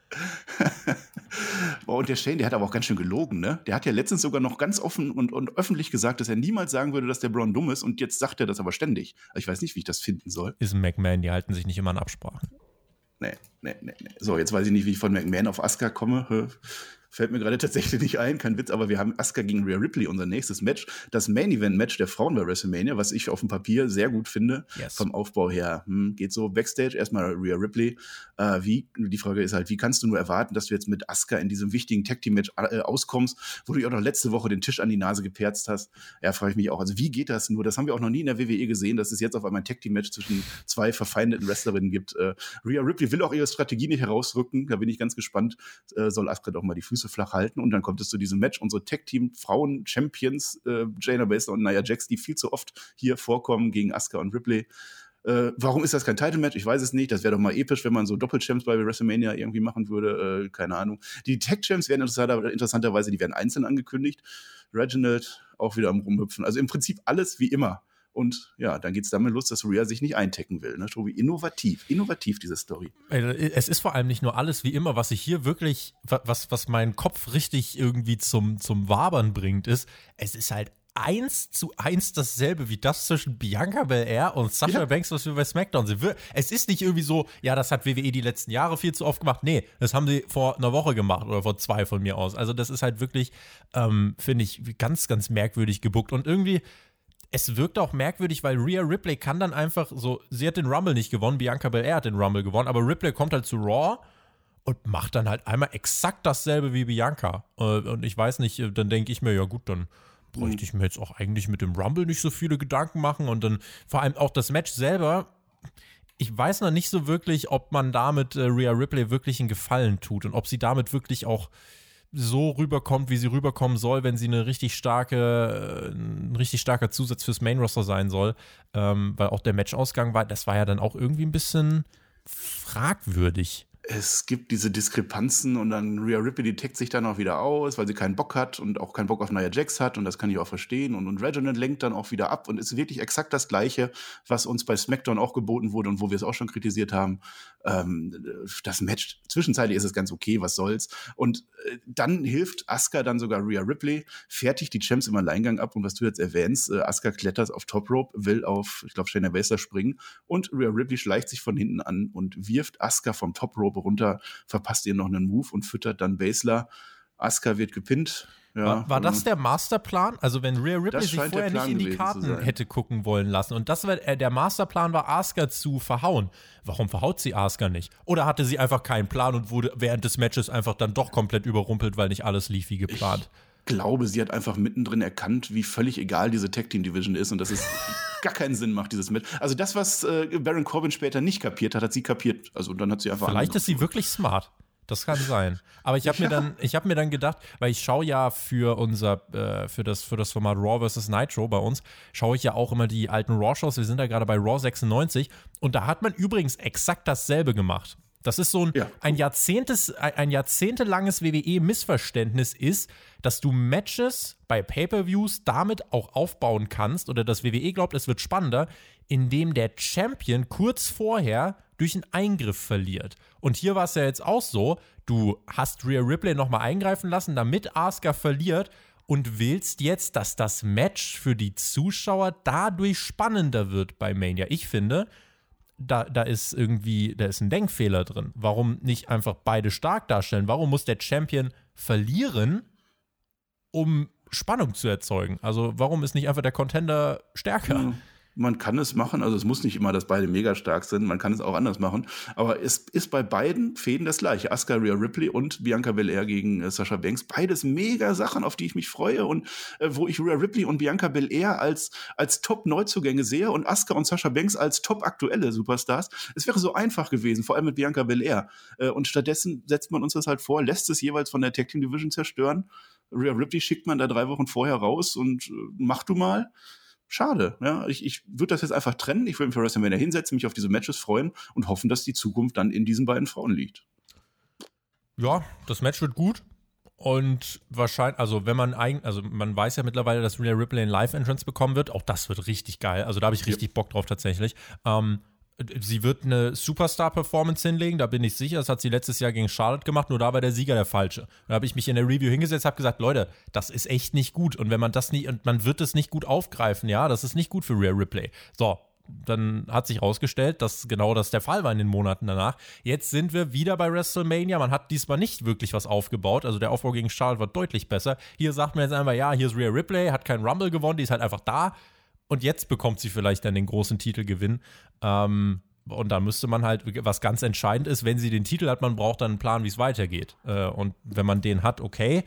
S1: Boah, und der Shane, der hat aber auch ganz schön gelogen, ne? Der hat ja letztens sogar noch ganz offen und öffentlich gesagt, dass er niemals sagen würde, dass der Braun dumm ist, und jetzt sagt er das aber ständig. Also ich weiß nicht, wie ich das finden soll.
S2: Ist ein McMahon, die halten sich nicht immer an Absprachen.
S1: Nee. So, jetzt weiß ich nicht, wie ich von McMahon auf Asuka komme. Fällt mir gerade tatsächlich nicht ein, kein Witz, aber wir haben Asuka gegen Rhea Ripley, unser nächstes Match. Das Main-Event-Match der Frauen bei WrestleMania, was ich auf dem Papier sehr gut finde. Yes. Vom Aufbau her. Geht so Backstage, erstmal Rhea Ripley. Die Frage ist halt, wie kannst du nur erwarten, dass du jetzt mit Asuka in diesem wichtigen Tag-Team-Match auskommst, wo du ja auch noch letzte Woche den Tisch an die Nase geperzt hast? Ja, frage ich mich auch. Also wie geht das nur? Das haben wir auch noch nie in der WWE gesehen, dass es jetzt auf einmal ein Tag-Team-Match zwischen zwei verfeindeten Wrestlerinnen gibt. Rhea Ripley will auch ihre Strategie nicht herausrücken. Da bin ich ganz gespannt. Soll Asuka doch mal die Füße flach halten, und dann kommt es zu diesem Match. Unsere Tag-Team-Frauen-Champions, Shayna Baszler und Nia Jax, die viel zu oft hier vorkommen gegen Asuka und Ripley. Warum ist das kein Title-Match? Ich weiß es nicht. Das wäre doch mal episch, wenn man so Doppel-Champs bei WrestleMania irgendwie machen würde. Keine Ahnung. Die Tag-Champs werden interessanterweise, die werden einzeln angekündigt. Reginald auch wieder am Rumhüpfen. Also im Prinzip alles wie immer. Und ja, dann geht's damit los, dass Rhea sich nicht eintecken will. Ne? Tobi, innovativ diese Story.
S2: Es ist vor allem nicht nur alles wie immer, was ich hier wirklich, was meinen Kopf richtig irgendwie zum Wabern bringt, ist, es ist halt 1:1 dasselbe wie das zwischen Bianca Belair und Sasha Banks, was wir bei SmackDown sehen. Es ist nicht irgendwie so, ja, das hat WWE die letzten Jahre viel zu oft gemacht. Nee, das haben sie vor einer Woche gemacht oder vor 2 von mir aus. Also das ist halt wirklich, finde ich, ganz, ganz merkwürdig gebuckt. Und irgendwie, es wirkt auch merkwürdig, weil Rhea Ripley kann dann einfach so, sie hat den Rumble nicht gewonnen, Bianca Belair hat den Rumble gewonnen, aber Ripley kommt halt zu Raw und macht dann halt einmal exakt dasselbe wie Bianca. Und ich weiß nicht, dann denke ich mir, ja gut, dann bräuchte ich mir jetzt auch eigentlich mit dem Rumble nicht so viele Gedanken machen, und dann vor allem auch das Match selber. Ich weiß noch nicht so wirklich, ob man damit Rhea Ripley wirklich einen Gefallen tut und ob sie damit wirklich auch so rüberkommt, wie sie rüberkommen soll, wenn sie ein richtig starker Zusatz fürs Main-Roster sein soll, weil auch der Matchausgang das war ja dann auch irgendwie ein bisschen fragwürdig.
S1: Es gibt diese Diskrepanzen, und dann Rhea Ripley, die taggt sich dann auch wieder aus, weil sie keinen Bock hat und auch keinen Bock auf Nia Jax hat, und das kann ich auch verstehen, und Reginald lenkt dann auch wieder ab und ist wirklich exakt das Gleiche, was uns bei SmackDown auch geboten wurde und wo wir es auch schon kritisiert haben. Das Match, zwischenzeitlich ist es ganz okay, was soll's, und dann hilft Asuka dann sogar Rhea Ripley, fertigt die Champs im Alleingang ab, und was du jetzt erwähnst, Asuka klettert auf Top Rope, will auf, ich glaube, Shayna Baszler springen, und Rhea Ripley schleicht sich von hinten an und wirft Asuka vom Top Rope runter, verpasst ihr noch einen Move und füttert dann Baszler. Asuka wird gepinnt. Ja,
S2: war das der Masterplan? Also wenn Rhea Ripley sich vorher nicht in die Karten hätte gucken wollen lassen, und das war der Masterplan, war Asuka zu verhauen. Warum verhaut sie Asuka nicht? Oder hatte sie einfach keinen Plan und wurde während des Matches einfach dann doch komplett überrumpelt, weil nicht alles lief wie geplant?
S1: Ich glaube, sie hat einfach mittendrin erkannt, wie völlig egal diese Tag-Team-Division ist und dass es gar keinen Sinn macht, dieses Match. Also das, was Baron Corbin später nicht kapiert hat, hat sie kapiert. Also dann hat sie einfach...
S2: Vielleicht ist sie wirklich smart. Das kann sein. Aber ich habe mir dann gedacht, weil ich schaue ja für das Format Raw vs. Nitro bei uns, schaue ich ja auch immer die alten Raw-Shows. Wir sind da gerade bei Raw 96, und da hat man übrigens exakt dasselbe gemacht. Das ist so ein jahrzehntelanges WWE-Missverständnis ist, dass du Matches bei Pay-Per-Views damit auch aufbauen kannst, oder das WWE glaubt, es wird spannender, indem der Champion kurz vorher durch einen Eingriff verliert. Und hier war es ja jetzt auch so, du hast Rhea Ripley nochmal eingreifen lassen, damit Asuka verliert, und willst jetzt, dass das Match für die Zuschauer dadurch spannender wird bei Mania. Ich finde, da ist ein Denkfehler drin. Warum nicht einfach beide stark darstellen? Warum muss der Champion verlieren, um Spannung zu erzeugen? Also warum ist nicht einfach der Contender stärker?
S1: Man kann es machen, also es muss nicht immer, dass beide mega stark sind, man kann es auch anders machen, aber es ist bei beiden Fäden das gleiche. Asuka, Rhea Ripley und Bianca Belair gegen Sasha Banks, beides mega Sachen, auf die ich mich freue und wo ich Rhea Ripley und Bianca Belair als Top-Neuzugänge sehe und Asuka und Sasha Banks als top-aktuelle Superstars. Es wäre so einfach gewesen, vor allem mit Bianca Belair. Und stattdessen setzt man uns das halt vor, lässt es jeweils von der Tag Team Division zerstören. Rhea Ripley schickt man da 3 Wochen vorher raus und mach du mal. Schade, ja. Ich würde das jetzt einfach trennen. Ich würde mich für WrestleMania hinsetzen, mich auf diese Matches freuen und hoffen, dass die Zukunft dann in diesen beiden Frauen liegt.
S2: Ja, das Match wird gut. Und wahrscheinlich, also man weiß ja mittlerweile, dass Rhea Ripley einen Live-Entrance bekommen wird. Auch das wird richtig geil. Also da habe ich richtig Bock drauf tatsächlich. Sie wird eine Superstar-Performance hinlegen, da bin ich sicher. Das hat sie letztes Jahr gegen Charlotte gemacht, nur da war der Sieger der Falsche. Da habe ich mich in der Review hingesetzt, habe gesagt, Leute, das ist echt nicht gut. Und wenn man das nicht, und man wird es nicht gut aufgreifen, ja, das ist nicht gut für Rhea Ripley. So, dann hat sich rausgestellt, dass genau das der Fall war in den Monaten danach. Jetzt sind wir wieder bei WrestleMania. Man hat diesmal nicht wirklich was aufgebaut. Also der Aufbau gegen Charlotte war deutlich besser. Hier sagt man jetzt einfach, ja, hier ist Rhea Ripley, hat keinen Rumble gewonnen, die ist halt einfach da. Und jetzt bekommt sie vielleicht dann den großen Titelgewinn. Und da müsste man halt, was ganz entscheidend ist, wenn sie den Titel hat, man braucht dann einen Plan, wie es weitergeht. Und wenn man den hat, okay.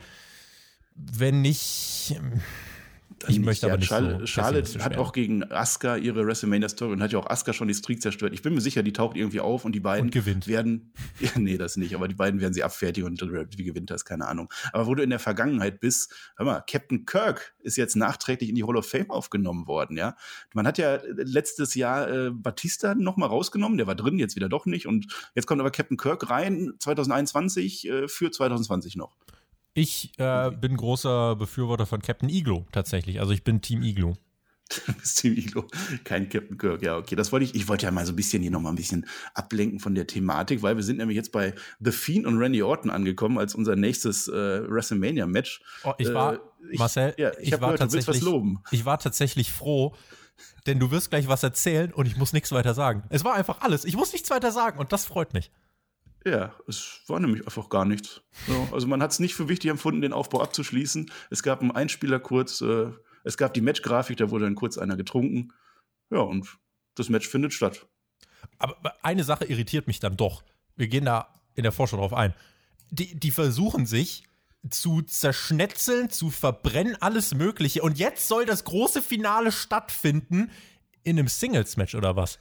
S2: Wenn nicht, ich möchte aber nicht so.
S1: Charlotte hat auch gegen Asuka ihre WrestleMania-Story und hat ja auch Asuka schon die Streak zerstört. Ich bin mir sicher, die taucht irgendwie auf und die beiden werden, ja, nee, das nicht, aber die beiden werden sie abfertigen und wie gewinnt das, keine Ahnung. Aber wo du in der Vergangenheit bist, hör mal, Captain Kirk ist jetzt nachträglich in die Hall of Fame aufgenommen worden, ja. Man hat ja letztes Jahr Batista noch mal rausgenommen, der war drin, jetzt wieder doch nicht und jetzt kommt aber Captain Kirk rein, 2021 für 2020 noch.
S2: Ich bin großer Befürworter von Captain Iglo tatsächlich. Also ich bin Team Iglo.
S1: Du bist Team Iglo, kein Captain Kirk. Ja, okay, das wollte ich wollte ja mal so ein bisschen hier noch mal ein bisschen ablenken von der Thematik, weil wir sind nämlich jetzt bei The Fiend und Randy Orton angekommen als unser nächstes WrestleMania-Match.
S2: Oh, Marcel, ich habe gehört, du willst was loben. Ich war tatsächlich froh, denn du wirst gleich was erzählen und ich muss nichts weiter sagen. Es war einfach alles. Ich muss nichts weiter sagen und das freut mich.
S1: Ja, es war nämlich einfach gar nichts. So, also man hat es nicht für wichtig empfunden, den Aufbau abzuschließen. Es gab einen Einspieler kurz, es gab die Matchgrafik, da wurde dann kurz einer getrunken. Ja, und das Match findet statt.
S2: Aber eine Sache irritiert mich dann doch. Wir gehen da in der Vorschau drauf ein. Die versuchen sich zu zerschnetzeln, zu verbrennen, alles Mögliche. Und jetzt soll das große Finale stattfinden in einem Singles-Match oder was?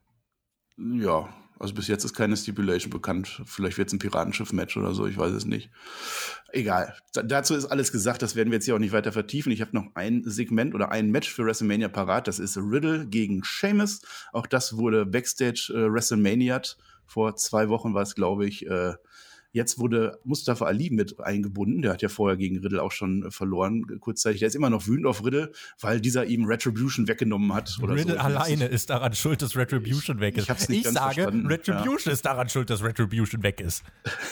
S1: Ja, also bis jetzt ist keine Stipulation bekannt. Vielleicht wird es ein Piratenschiff-Match oder so, ich weiß es nicht. Egal. Dazu ist alles gesagt, das werden wir jetzt hier auch nicht weiter vertiefen. Ich habe noch ein Segment oder ein Match für WrestleMania parat. Das ist Riddle gegen Sheamus. Auch das wurde Backstage WrestleManiat. Vor 2 Wochen war es, glaube ich. Jetzt wurde Mustafa Ali mit eingebunden. Der hat ja vorher gegen Riddle auch schon verloren, kurzzeitig. Der ist immer noch wütend auf Riddle, weil dieser ihm Retribution weggenommen hat. Oder
S2: Riddle so. Alleine ist daran schuld, dass Retribution weg ist.
S1: Ich hab's nicht ganz verstanden.
S2: Retribution ist daran schuld, dass Retribution weg ist.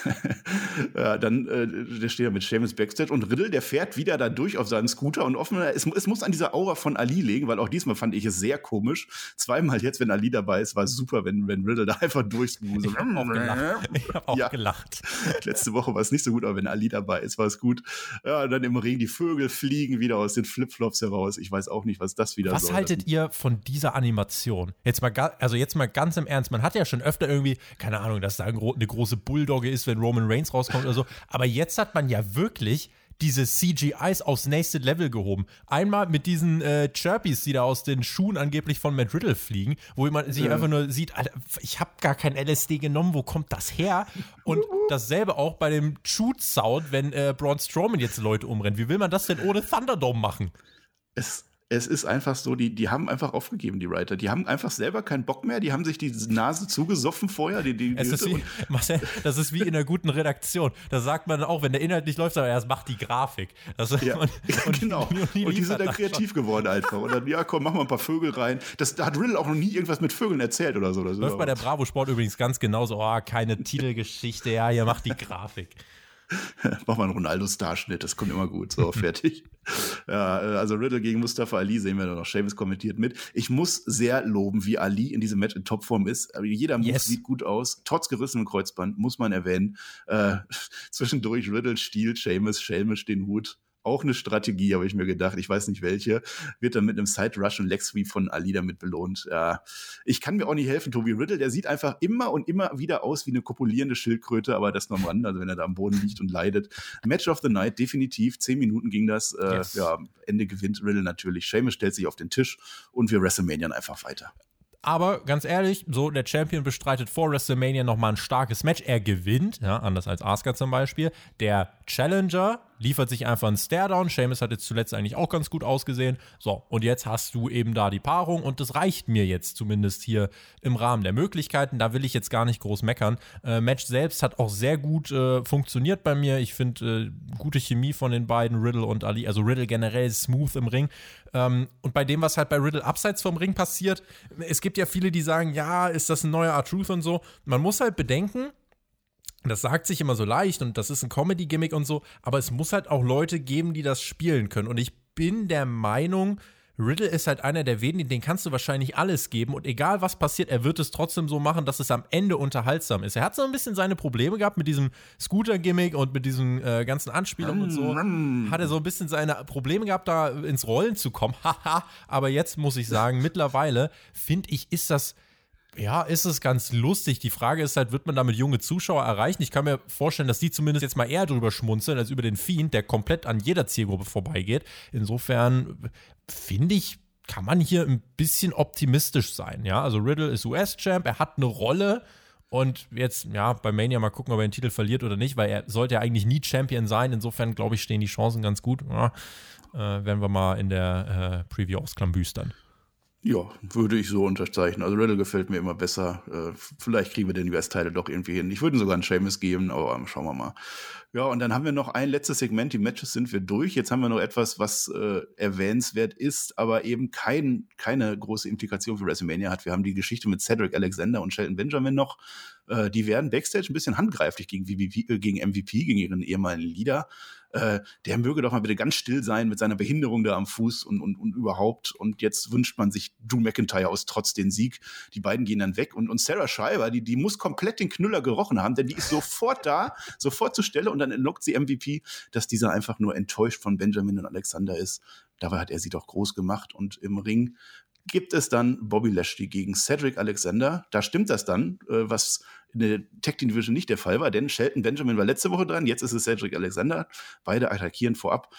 S1: Ja, dann der steht ja mit Sheamus Backstage und Riddle, der fährt wieder da durch auf seinen Scooter und offen, es muss an dieser Aura von Ali liegen, weil auch diesmal fand ich es sehr komisch. Zweimal jetzt, wenn Ali dabei ist, war es super, wenn Riddle da einfach durchsmoothet.
S2: Ich hab auch gelacht.
S1: Letzte Woche war es nicht so gut, aber wenn Ali dabei ist, war es gut. Ja, und dann im Regen, die Vögel fliegen wieder aus den Flipflops heraus. Ich weiß auch nicht, was das wieder
S2: soll. Was haltet ihr von dieser Animation? Jetzt mal ganz im Ernst. Man hat ja schon öfter irgendwie, keine Ahnung, dass da eine große Bulldogge ist, wenn Roman Reigns rauskommt oder so. Aber jetzt hat man ja wirklich diese CGIs aufs nächste Level gehoben. Einmal mit diesen Chirpies, die da aus den Schuhen angeblich von Matt Riddle fliegen, wo man sich einfach nur sieht, Alter, ich habe gar kein LSD genommen, wo kommt das her? Und dasselbe auch bei dem Shoot-Sound, wenn Braun Strowman jetzt Leute umrennt. Wie will man das denn ohne Thunderdome machen?
S1: Es ist einfach so, die haben einfach aufgegeben, die Writer. Die haben einfach selber keinen Bock mehr. Die haben sich die Nase zugesoffen vorher.
S2: Marcel, das ist wie in einer guten Redaktion. Da sagt man auch, wenn der Inhalt nicht läuft, aber erst macht die Grafik.
S1: Genau. Und die sind dann kreativ geworden einfach. Und dann, ja komm, mach mal ein paar Vögel rein. Da hat Riddle auch noch nie irgendwas mit Vögeln erzählt oder so.
S2: Läuft bei der Bravo Sport übrigens ganz genauso. Oh, keine Titelgeschichte. Ja, hier macht die Grafik.
S1: Mach mal einen Ronaldo-Starschnitt, das kommt immer gut. So, fertig. Ja, also Riddle gegen Mustafa Ali sehen wir noch. Sheamus kommentiert mit. Ich muss sehr loben, wie Ali in diesem Match in Topform ist. Jeder Move sieht gut aus. Trotz gerissenem Kreuzband, muss man erwähnen. Zwischendurch Riddle stiehlt Sheamus den Hut. auch eine Strategie, habe ich mir gedacht. Ich weiß nicht welche. Wird dann mit einem Side-Rush und Leg-Sweep von Ali damit belohnt. Ja, ich kann mir auch nicht helfen, Toby Riddle, der sieht einfach immer und immer wieder aus wie eine kopulierende Schildkröte, aber das nur am Rande, also wenn er da am Boden liegt und leidet. Match of the Night, definitiv. 10 Minuten ging das.
S2: Yes.
S1: Ja, Ende gewinnt Riddle natürlich. Sheamus stellt sich auf den Tisch und wir WrestleManian einfach weiter.
S2: Aber ganz ehrlich, so der Champion bestreitet vor WrestleMania nochmal ein starkes Match. Er gewinnt, ja, anders als Asuka zum Beispiel. Der Challenger liefert sich einfach einen Staredown. Sheamus hat jetzt zuletzt eigentlich auch ganz gut ausgesehen. So, und jetzt hast du eben da die Paarung und das reicht mir jetzt zumindest hier im Rahmen der Möglichkeiten. Da will ich jetzt gar nicht groß meckern. Match selbst hat auch sehr gut funktioniert bei mir. Ich finde gute Chemie von den beiden, Riddle und Ali. Also Riddle generell smooth im Ring. Und bei dem, was halt bei Riddle abseits vom Ring passiert, es gibt ja viele, die sagen, ja, ist das ein neuer R-Truth und so. Man muss halt bedenken, das sagt sich immer so leicht und das ist ein Comedy-Gimmick und so, aber es muss halt auch Leute geben, die das spielen können. Und ich bin der Meinung, Riddle ist halt einer der wenigen, den kannst du wahrscheinlich alles geben und egal was passiert, er wird es trotzdem so machen, dass es am Ende unterhaltsam ist. Er hat so ein bisschen seine Probleme gehabt mit diesem Scooter-Gimmick und mit diesen ganzen Anspielungen und so. Hat er so ein bisschen seine Probleme gehabt, da ins Rollen zu kommen. Haha, aber jetzt muss ich sagen, mittlerweile finde ich, ist es ganz lustig. Die Frage ist halt, wird man damit junge Zuschauer erreichen? Ich kann mir vorstellen, dass die zumindest jetzt mal eher drüber schmunzeln, als über den Fiend, der komplett an jeder Zielgruppe vorbeigeht. Insofern finde ich, kann man hier ein bisschen optimistisch sein. Ja, also Riddle ist US-Champ, er hat eine Rolle und jetzt, ja, bei Mania mal gucken, ob er den Titel verliert oder nicht, weil er sollte ja eigentlich nie Champion sein. Insofern, glaube ich, stehen die Chancen ganz gut. Ja, werden wir mal in der Preview ausklambüstern.
S1: Ja, würde ich so unterzeichnen. Also Riddle gefällt mir immer besser. Vielleicht kriegen wir den US-Title doch irgendwie hin. Ich würde ihm sogar einen Sheamus geben, aber schauen wir mal. Ja, und dann haben wir noch ein letztes Segment. Die Matches sind wir durch. Jetzt haben wir noch etwas, was erwähnenswert ist, aber eben keine große Implikation für WrestleMania hat. Wir haben die Geschichte mit Cedric Alexander und Shelton Benjamin noch. Die werden Backstage ein bisschen handgreiflich gegen MVP, gegen ihren ehemaligen Leader. Der möge doch mal bitte ganz still sein mit seiner Behinderung da am Fuß und überhaupt. Und jetzt wünscht man sich Drew McIntyre aus trotz den Sieg. Die beiden gehen dann weg. Und Sarah Schreiber, die muss komplett den Knüller gerochen haben, denn die ist sofort da, sofort zur Stelle. Und dann entlockt sie MVP, dass dieser einfach nur enttäuscht von Benjamin und Alexander ist. Dabei hat er sie doch groß gemacht. Und im Ring gibt es dann Bobby Lashley gegen Cedric Alexander. Da stimmt das dann, was in der Tag Team Division nicht der Fall war, denn Shelton Benjamin war letzte Woche dran, jetzt ist es Cedric Alexander. Beide attackieren vorab.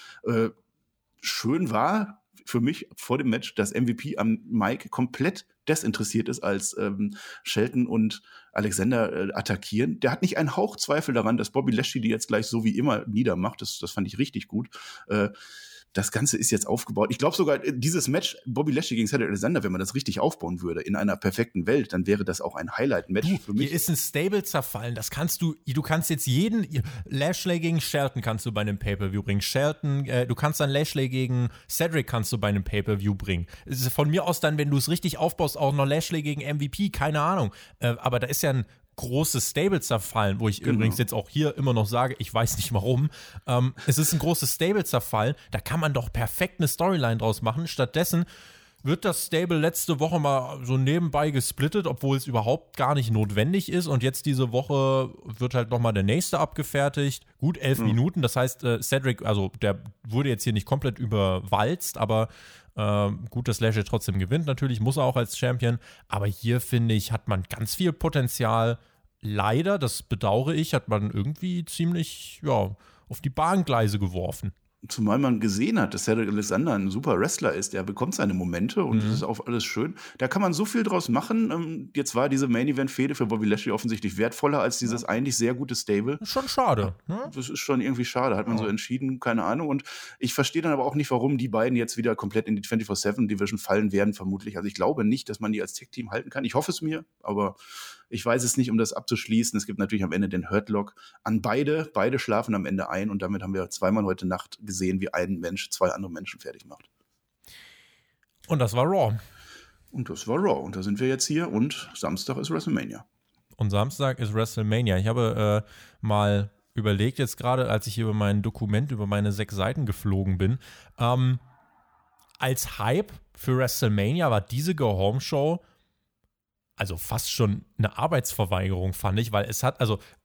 S1: Schön war für mich vor dem Match, dass MVP am Mic komplett desinteressiert ist, als Shelton und Alexander attackieren. Der hat nicht einen Hauch Zweifel daran, dass Bobby Lashley die jetzt gleich so wie immer niedermacht. Das fand ich richtig gut. Das Ganze ist jetzt aufgebaut. Ich glaube sogar, dieses Match Bobby Lashley gegen Cedric Alexander, wenn man das richtig aufbauen würde, in einer perfekten Welt, dann wäre das auch ein Highlight-Match für mich.
S2: Hier ist ein Stable zerfallen. Das du kannst jetzt Lashley gegen Shelton kannst du bei einem Pay-Per-View bringen. Du kannst dann Lashley gegen Cedric kannst du bei einem Pay-Per-View bringen. Es ist von mir aus dann, wenn du es richtig aufbaust, auch noch Lashley gegen MVP, keine Ahnung. Aber da ist ja ein großes Stable zerfallen, wo ich übrigens jetzt auch hier immer noch sage, ich weiß nicht warum. Es ist ein großes Stable zerfallen, da kann man doch perfekt eine Storyline draus machen. Stattdessen wird das Stable letzte Woche mal so nebenbei gesplittet, obwohl es überhaupt gar nicht notwendig ist. Und jetzt diese Woche wird halt nochmal der nächste abgefertigt. Gut, 11 Minuten, das heißt, Cedric, also der wurde jetzt hier nicht komplett überwalzt, aber gut, dass Lashley trotzdem gewinnt, natürlich, muss er auch als Champion. Aber hier, finde ich, hat man ganz viel Potenzial. Leider, das bedauere ich, hat man irgendwie ziemlich, auf die Bahngleise geworfen.
S1: Zumal man gesehen hat, dass Cedric Alexander ein super Wrestler ist, der bekommt seine Momente und das ist auch alles schön. Da kann man so viel draus machen. Jetzt war diese Main-Event-Fehde für Bobby Lashley offensichtlich wertvoller als dieses eigentlich sehr gute Stable.
S2: Das ist schon schade.
S1: Ja, das ist schon irgendwie schade, hat man so entschieden, keine Ahnung. Und ich verstehe dann aber auch nicht, warum die beiden jetzt wieder komplett in die 24/7-Division fallen werden, vermutlich. Also ich glaube nicht, dass man die als Tag-Team halten kann. Ich hoffe es mir, aber ich weiß es nicht, um das abzuschließen. Es gibt natürlich am Ende den Hurt-Lock an beide. Beide schlafen am Ende ein und damit haben wir zweimal heute Nacht gesehen, wie ein Mensch zwei andere Menschen fertig macht.
S2: Und das war Raw.
S1: Und das war Raw. Und da sind wir jetzt hier und Samstag ist WrestleMania.
S2: Und Samstag ist WrestleMania. Ich habe mal überlegt jetzt gerade, als ich über mein Dokument, über meine 6 Seiten geflogen bin, als Hype für WrestleMania war diese Go-Home-Show also fast schon eine Arbeitsverweigerung, fand ich, weil es hat, also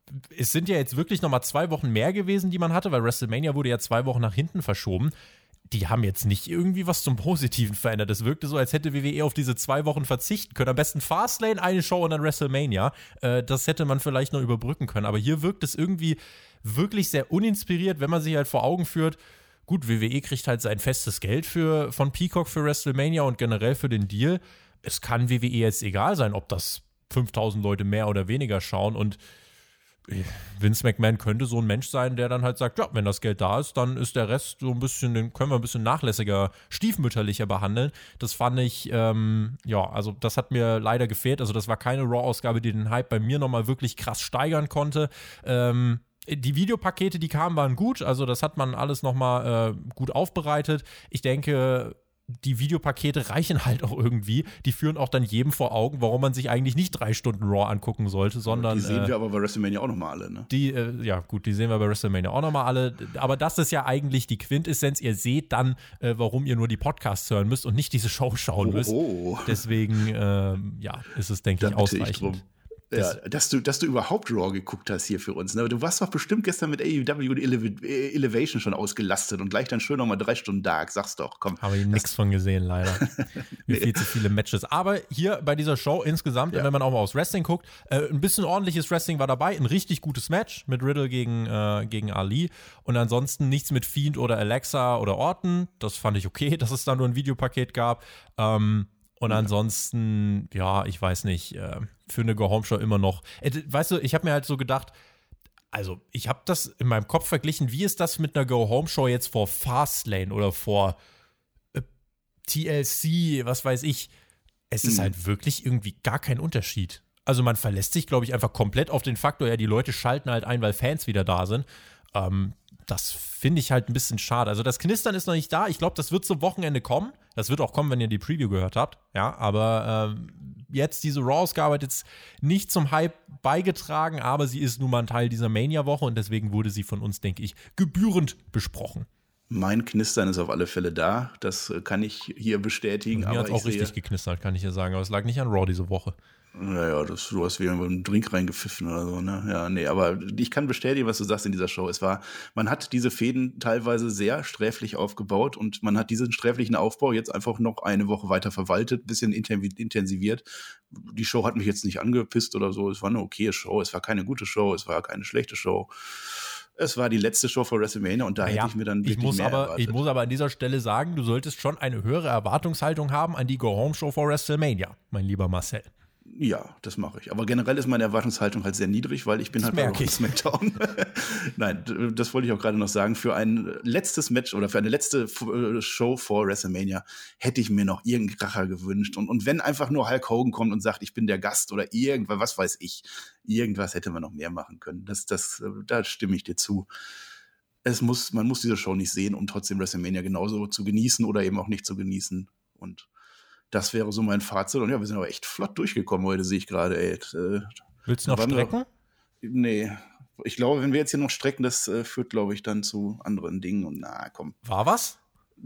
S2: es sind ja jetzt wirklich nochmal 2 Wochen mehr gewesen, die man hatte, weil WrestleMania wurde ja 2 Wochen nach hinten verschoben. Die haben jetzt nicht irgendwie was zum Positiven verändert. Es wirkte so, als hätte WWE auf diese 2 Wochen verzichten können. Am besten Fastlane, eine Show und dann WrestleMania. Das hätte man vielleicht noch überbrücken können. Aber hier wirkt es irgendwie wirklich sehr uninspiriert, wenn man sich halt vor Augen führt, gut, WWE kriegt halt sein festes Geld von Peacock für WrestleMania und generell für den Deal. Es kann WWE jetzt egal sein, ob das 5000 Leute mehr oder weniger schauen, und Vince McMahon könnte so ein Mensch sein, der dann halt sagt, ja, wenn das Geld da ist, dann ist der Rest so ein bisschen, den können wir ein bisschen nachlässiger, stiefmütterlicher behandeln. Das fand ich, also das hat mir leider gefehlt. Also das war keine Raw-Ausgabe, die den Hype bei mir nochmal wirklich krass steigern konnte. Die Videopakete, die kamen, waren gut. Also das hat man alles nochmal gut aufbereitet. Ich denke, die Videopakete reichen halt auch irgendwie. Die führen auch dann jedem vor Augen, warum man sich eigentlich nicht 3 Stunden Raw angucken sollte, sondern
S1: die sehen wir aber bei WrestleMania auch nochmal alle, ne?
S2: Die sehen wir bei WrestleMania auch nochmal alle. Aber das ist ja eigentlich die Quintessenz. Ihr seht dann, warum ihr nur die Podcasts hören müsst und nicht diese Show schauen müsst. Deswegen, ist es, denke ich, ausreichend.
S1: Ja, dass du überhaupt Raw geguckt hast hier für uns. Ne? Du warst doch bestimmt gestern mit AEW Elevation schon ausgelastet und gleich dann schön nochmal 3 Stunden Dark. Sag's doch, komm.
S2: Habe ich nichts von gesehen, leider. Mir viel zu viele Matches. Aber hier bei dieser Show insgesamt, wenn man auch mal aufs Wrestling guckt, ein bisschen ordentliches Wrestling war dabei. Ein richtig gutes Match mit Riddle gegen Ali. Und ansonsten nichts mit Fiend oder Alexa oder Orton. Das fand ich okay, dass es da nur ein Videopaket gab. Und ansonsten, ich weiß nicht, für eine Go-Home-Show immer noch. Weißt du, ich habe mir halt so gedacht, also ich habe das in meinem Kopf verglichen, wie ist das mit einer Go-Home-Show jetzt vor Fastlane oder vor TLC, was weiß ich. Es ist halt wirklich irgendwie gar kein Unterschied. Also man verlässt sich, glaube ich, einfach komplett auf den Faktor, die Leute schalten halt ein, weil Fans wieder da sind. Das finde ich halt ein bisschen schade. Also das Knistern ist noch nicht da. Ich glaube, das wird zum Wochenende kommen. Das wird auch kommen, wenn ihr die Preview gehört habt. Ja, aber jetzt diese Raw-Ausgabe hat jetzt nicht zum Hype beigetragen, aber sie ist nun mal ein Teil dieser Mania-Woche und deswegen wurde sie von uns, denke ich, gebührend besprochen.
S1: Mein Knistern ist auf alle Fälle da. Das kann ich hier bestätigen.
S2: Mir hat es auch richtig geknistert, kann ich ja sagen. Aber es lag nicht an Raw diese Woche.
S1: Naja, du hast wieder einen Drink reingepfiffen oder so, ne? Ja, nee, aber ich kann bestätigen, was du sagst in dieser Show. Man hat diese Fäden teilweise sehr sträflich aufgebaut und man hat diesen sträflichen Aufbau jetzt einfach noch eine Woche weiter verwaltet, bisschen intensiviert. Die Show hat mich jetzt nicht angepisst oder so. Es war eine okaye Show. Es war keine gute Show. Es war keine schlechte Show. Es war die letzte Show vor WrestleMania und da hätte ich mir dann wirklich mehr erwartet.
S2: Ich muss aber an dieser Stelle sagen, du solltest schon eine höhere Erwartungshaltung haben an die Go-Home-Show vor WrestleMania, mein lieber Marcel.
S1: Ja, das mache ich. Aber generell ist meine Erwartungshaltung halt sehr niedrig, weil ich bin halt bei SmackDown. Nein, das wollte ich auch gerade noch sagen. Für ein letztes Match oder für eine letzte Show vor WrestleMania hätte ich mir noch irgendeinen Kracher gewünscht. Und wenn einfach nur Hulk Hogan kommt und sagt, ich bin der Gast oder irgendwas, was weiß ich, irgendwas hätte man noch mehr machen können. Da stimme ich dir zu. Man muss diese Show nicht sehen, um trotzdem WrestleMania genauso zu genießen oder eben auch nicht zu genießen. Und das wäre so mein Fazit. Und ja, wir sind aber echt flott durchgekommen heute, sehe ich gerade.
S2: Willst du noch strecken?
S1: Nee. Ich glaube, wenn wir jetzt hier noch strecken, das führt, glaube ich, dann zu anderen Dingen. Und komm.
S2: War was?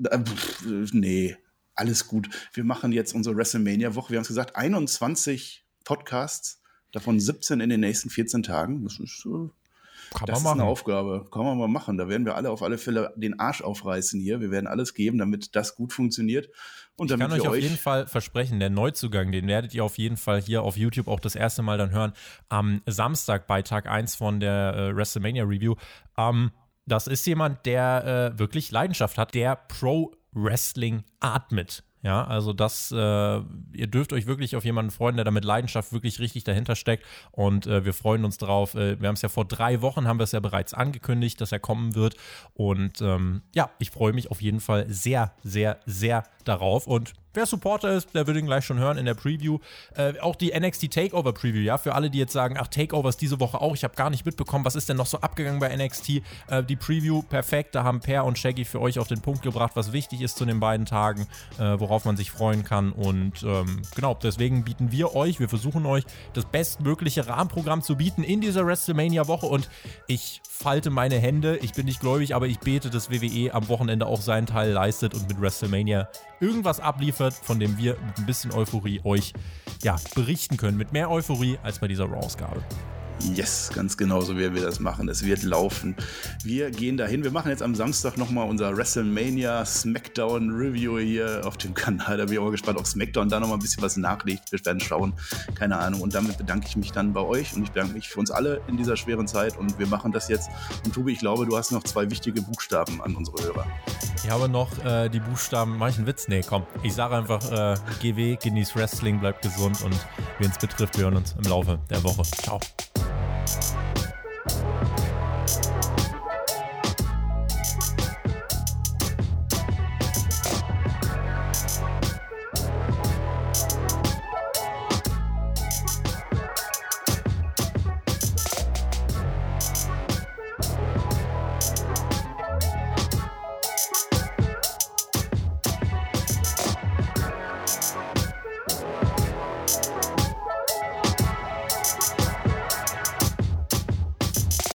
S1: Nee, alles gut. Wir machen jetzt unsere WrestleMania-Woche. Wir haben es gesagt, 21 Podcasts, davon 17 in den nächsten 14 Tagen. Das ist eine Aufgabe. Kann man mal machen. Da werden wir alle auf alle Fälle den Arsch aufreißen hier. Wir werden alles geben, damit das gut funktioniert. Und
S2: ich kann euch auf jeden Fall versprechen, der Neuzugang, den werdet ihr auf jeden Fall hier auf YouTube auch das erste Mal dann hören, am Samstag bei Tag 1 von der WrestleMania Review. Das ist jemand, der wirklich Leidenschaft hat, der Pro-Wrestling atmet. Ja, also ihr dürft euch wirklich auf jemanden freuen, der da mit Leidenschaft wirklich richtig dahinter steckt und wir freuen uns drauf. Wir haben es ja vor 3 Wochen, haben wir es ja bereits angekündigt, dass er kommen wird und ich freue mich auf jeden Fall sehr, sehr, sehr darauf und wer Supporter ist, der wird ihn gleich schon hören in der Preview. Auch die NXT Takeover Preview, ja, für alle, die jetzt sagen, ach, Takeover ist diese Woche auch, ich habe gar nicht mitbekommen, was ist denn noch so abgegangen bei NXT? Die Preview, perfekt, da haben Per und Shaggy für euch auf den Punkt gebracht, was wichtig ist zu den beiden Tagen, worauf man sich freuen kann und genau, deswegen wir versuchen euch das bestmögliche Rahmenprogramm zu bieten in dieser WrestleMania-Woche und ich falte meine Hände, ich bin nicht gläubig, aber ich bete, dass WWE am Wochenende auch seinen Teil leistet und mit WrestleMania irgendwas abliefert, von dem wir mit ein bisschen Euphorie euch berichten können. Mit mehr Euphorie als bei dieser Raw-Ausgabe.
S1: Yes, ganz genau so werden wir das machen. Es wird laufen. Wir gehen dahin. Wir machen jetzt am Samstag nochmal unser WrestleMania Smackdown Review hier auf dem Kanal. Da bin ich auch gespannt, ob Smackdown da nochmal ein bisschen was nachlegt. Wir werden schauen. Keine Ahnung. Und damit bedanke ich mich dann bei euch und ich bedanke mich für uns alle in dieser schweren Zeit und wir machen das jetzt. Und Tobi, ich glaube, du hast noch 2 wichtige Buchstaben an unsere Hörer.
S2: Ich habe noch die Buchstaben, mach ich einen Witz? Nee, komm. Ich sage einfach GW, genieß Wrestling, bleibt gesund und wen es betrifft, wir hören uns im Laufe der Woche. Ciao.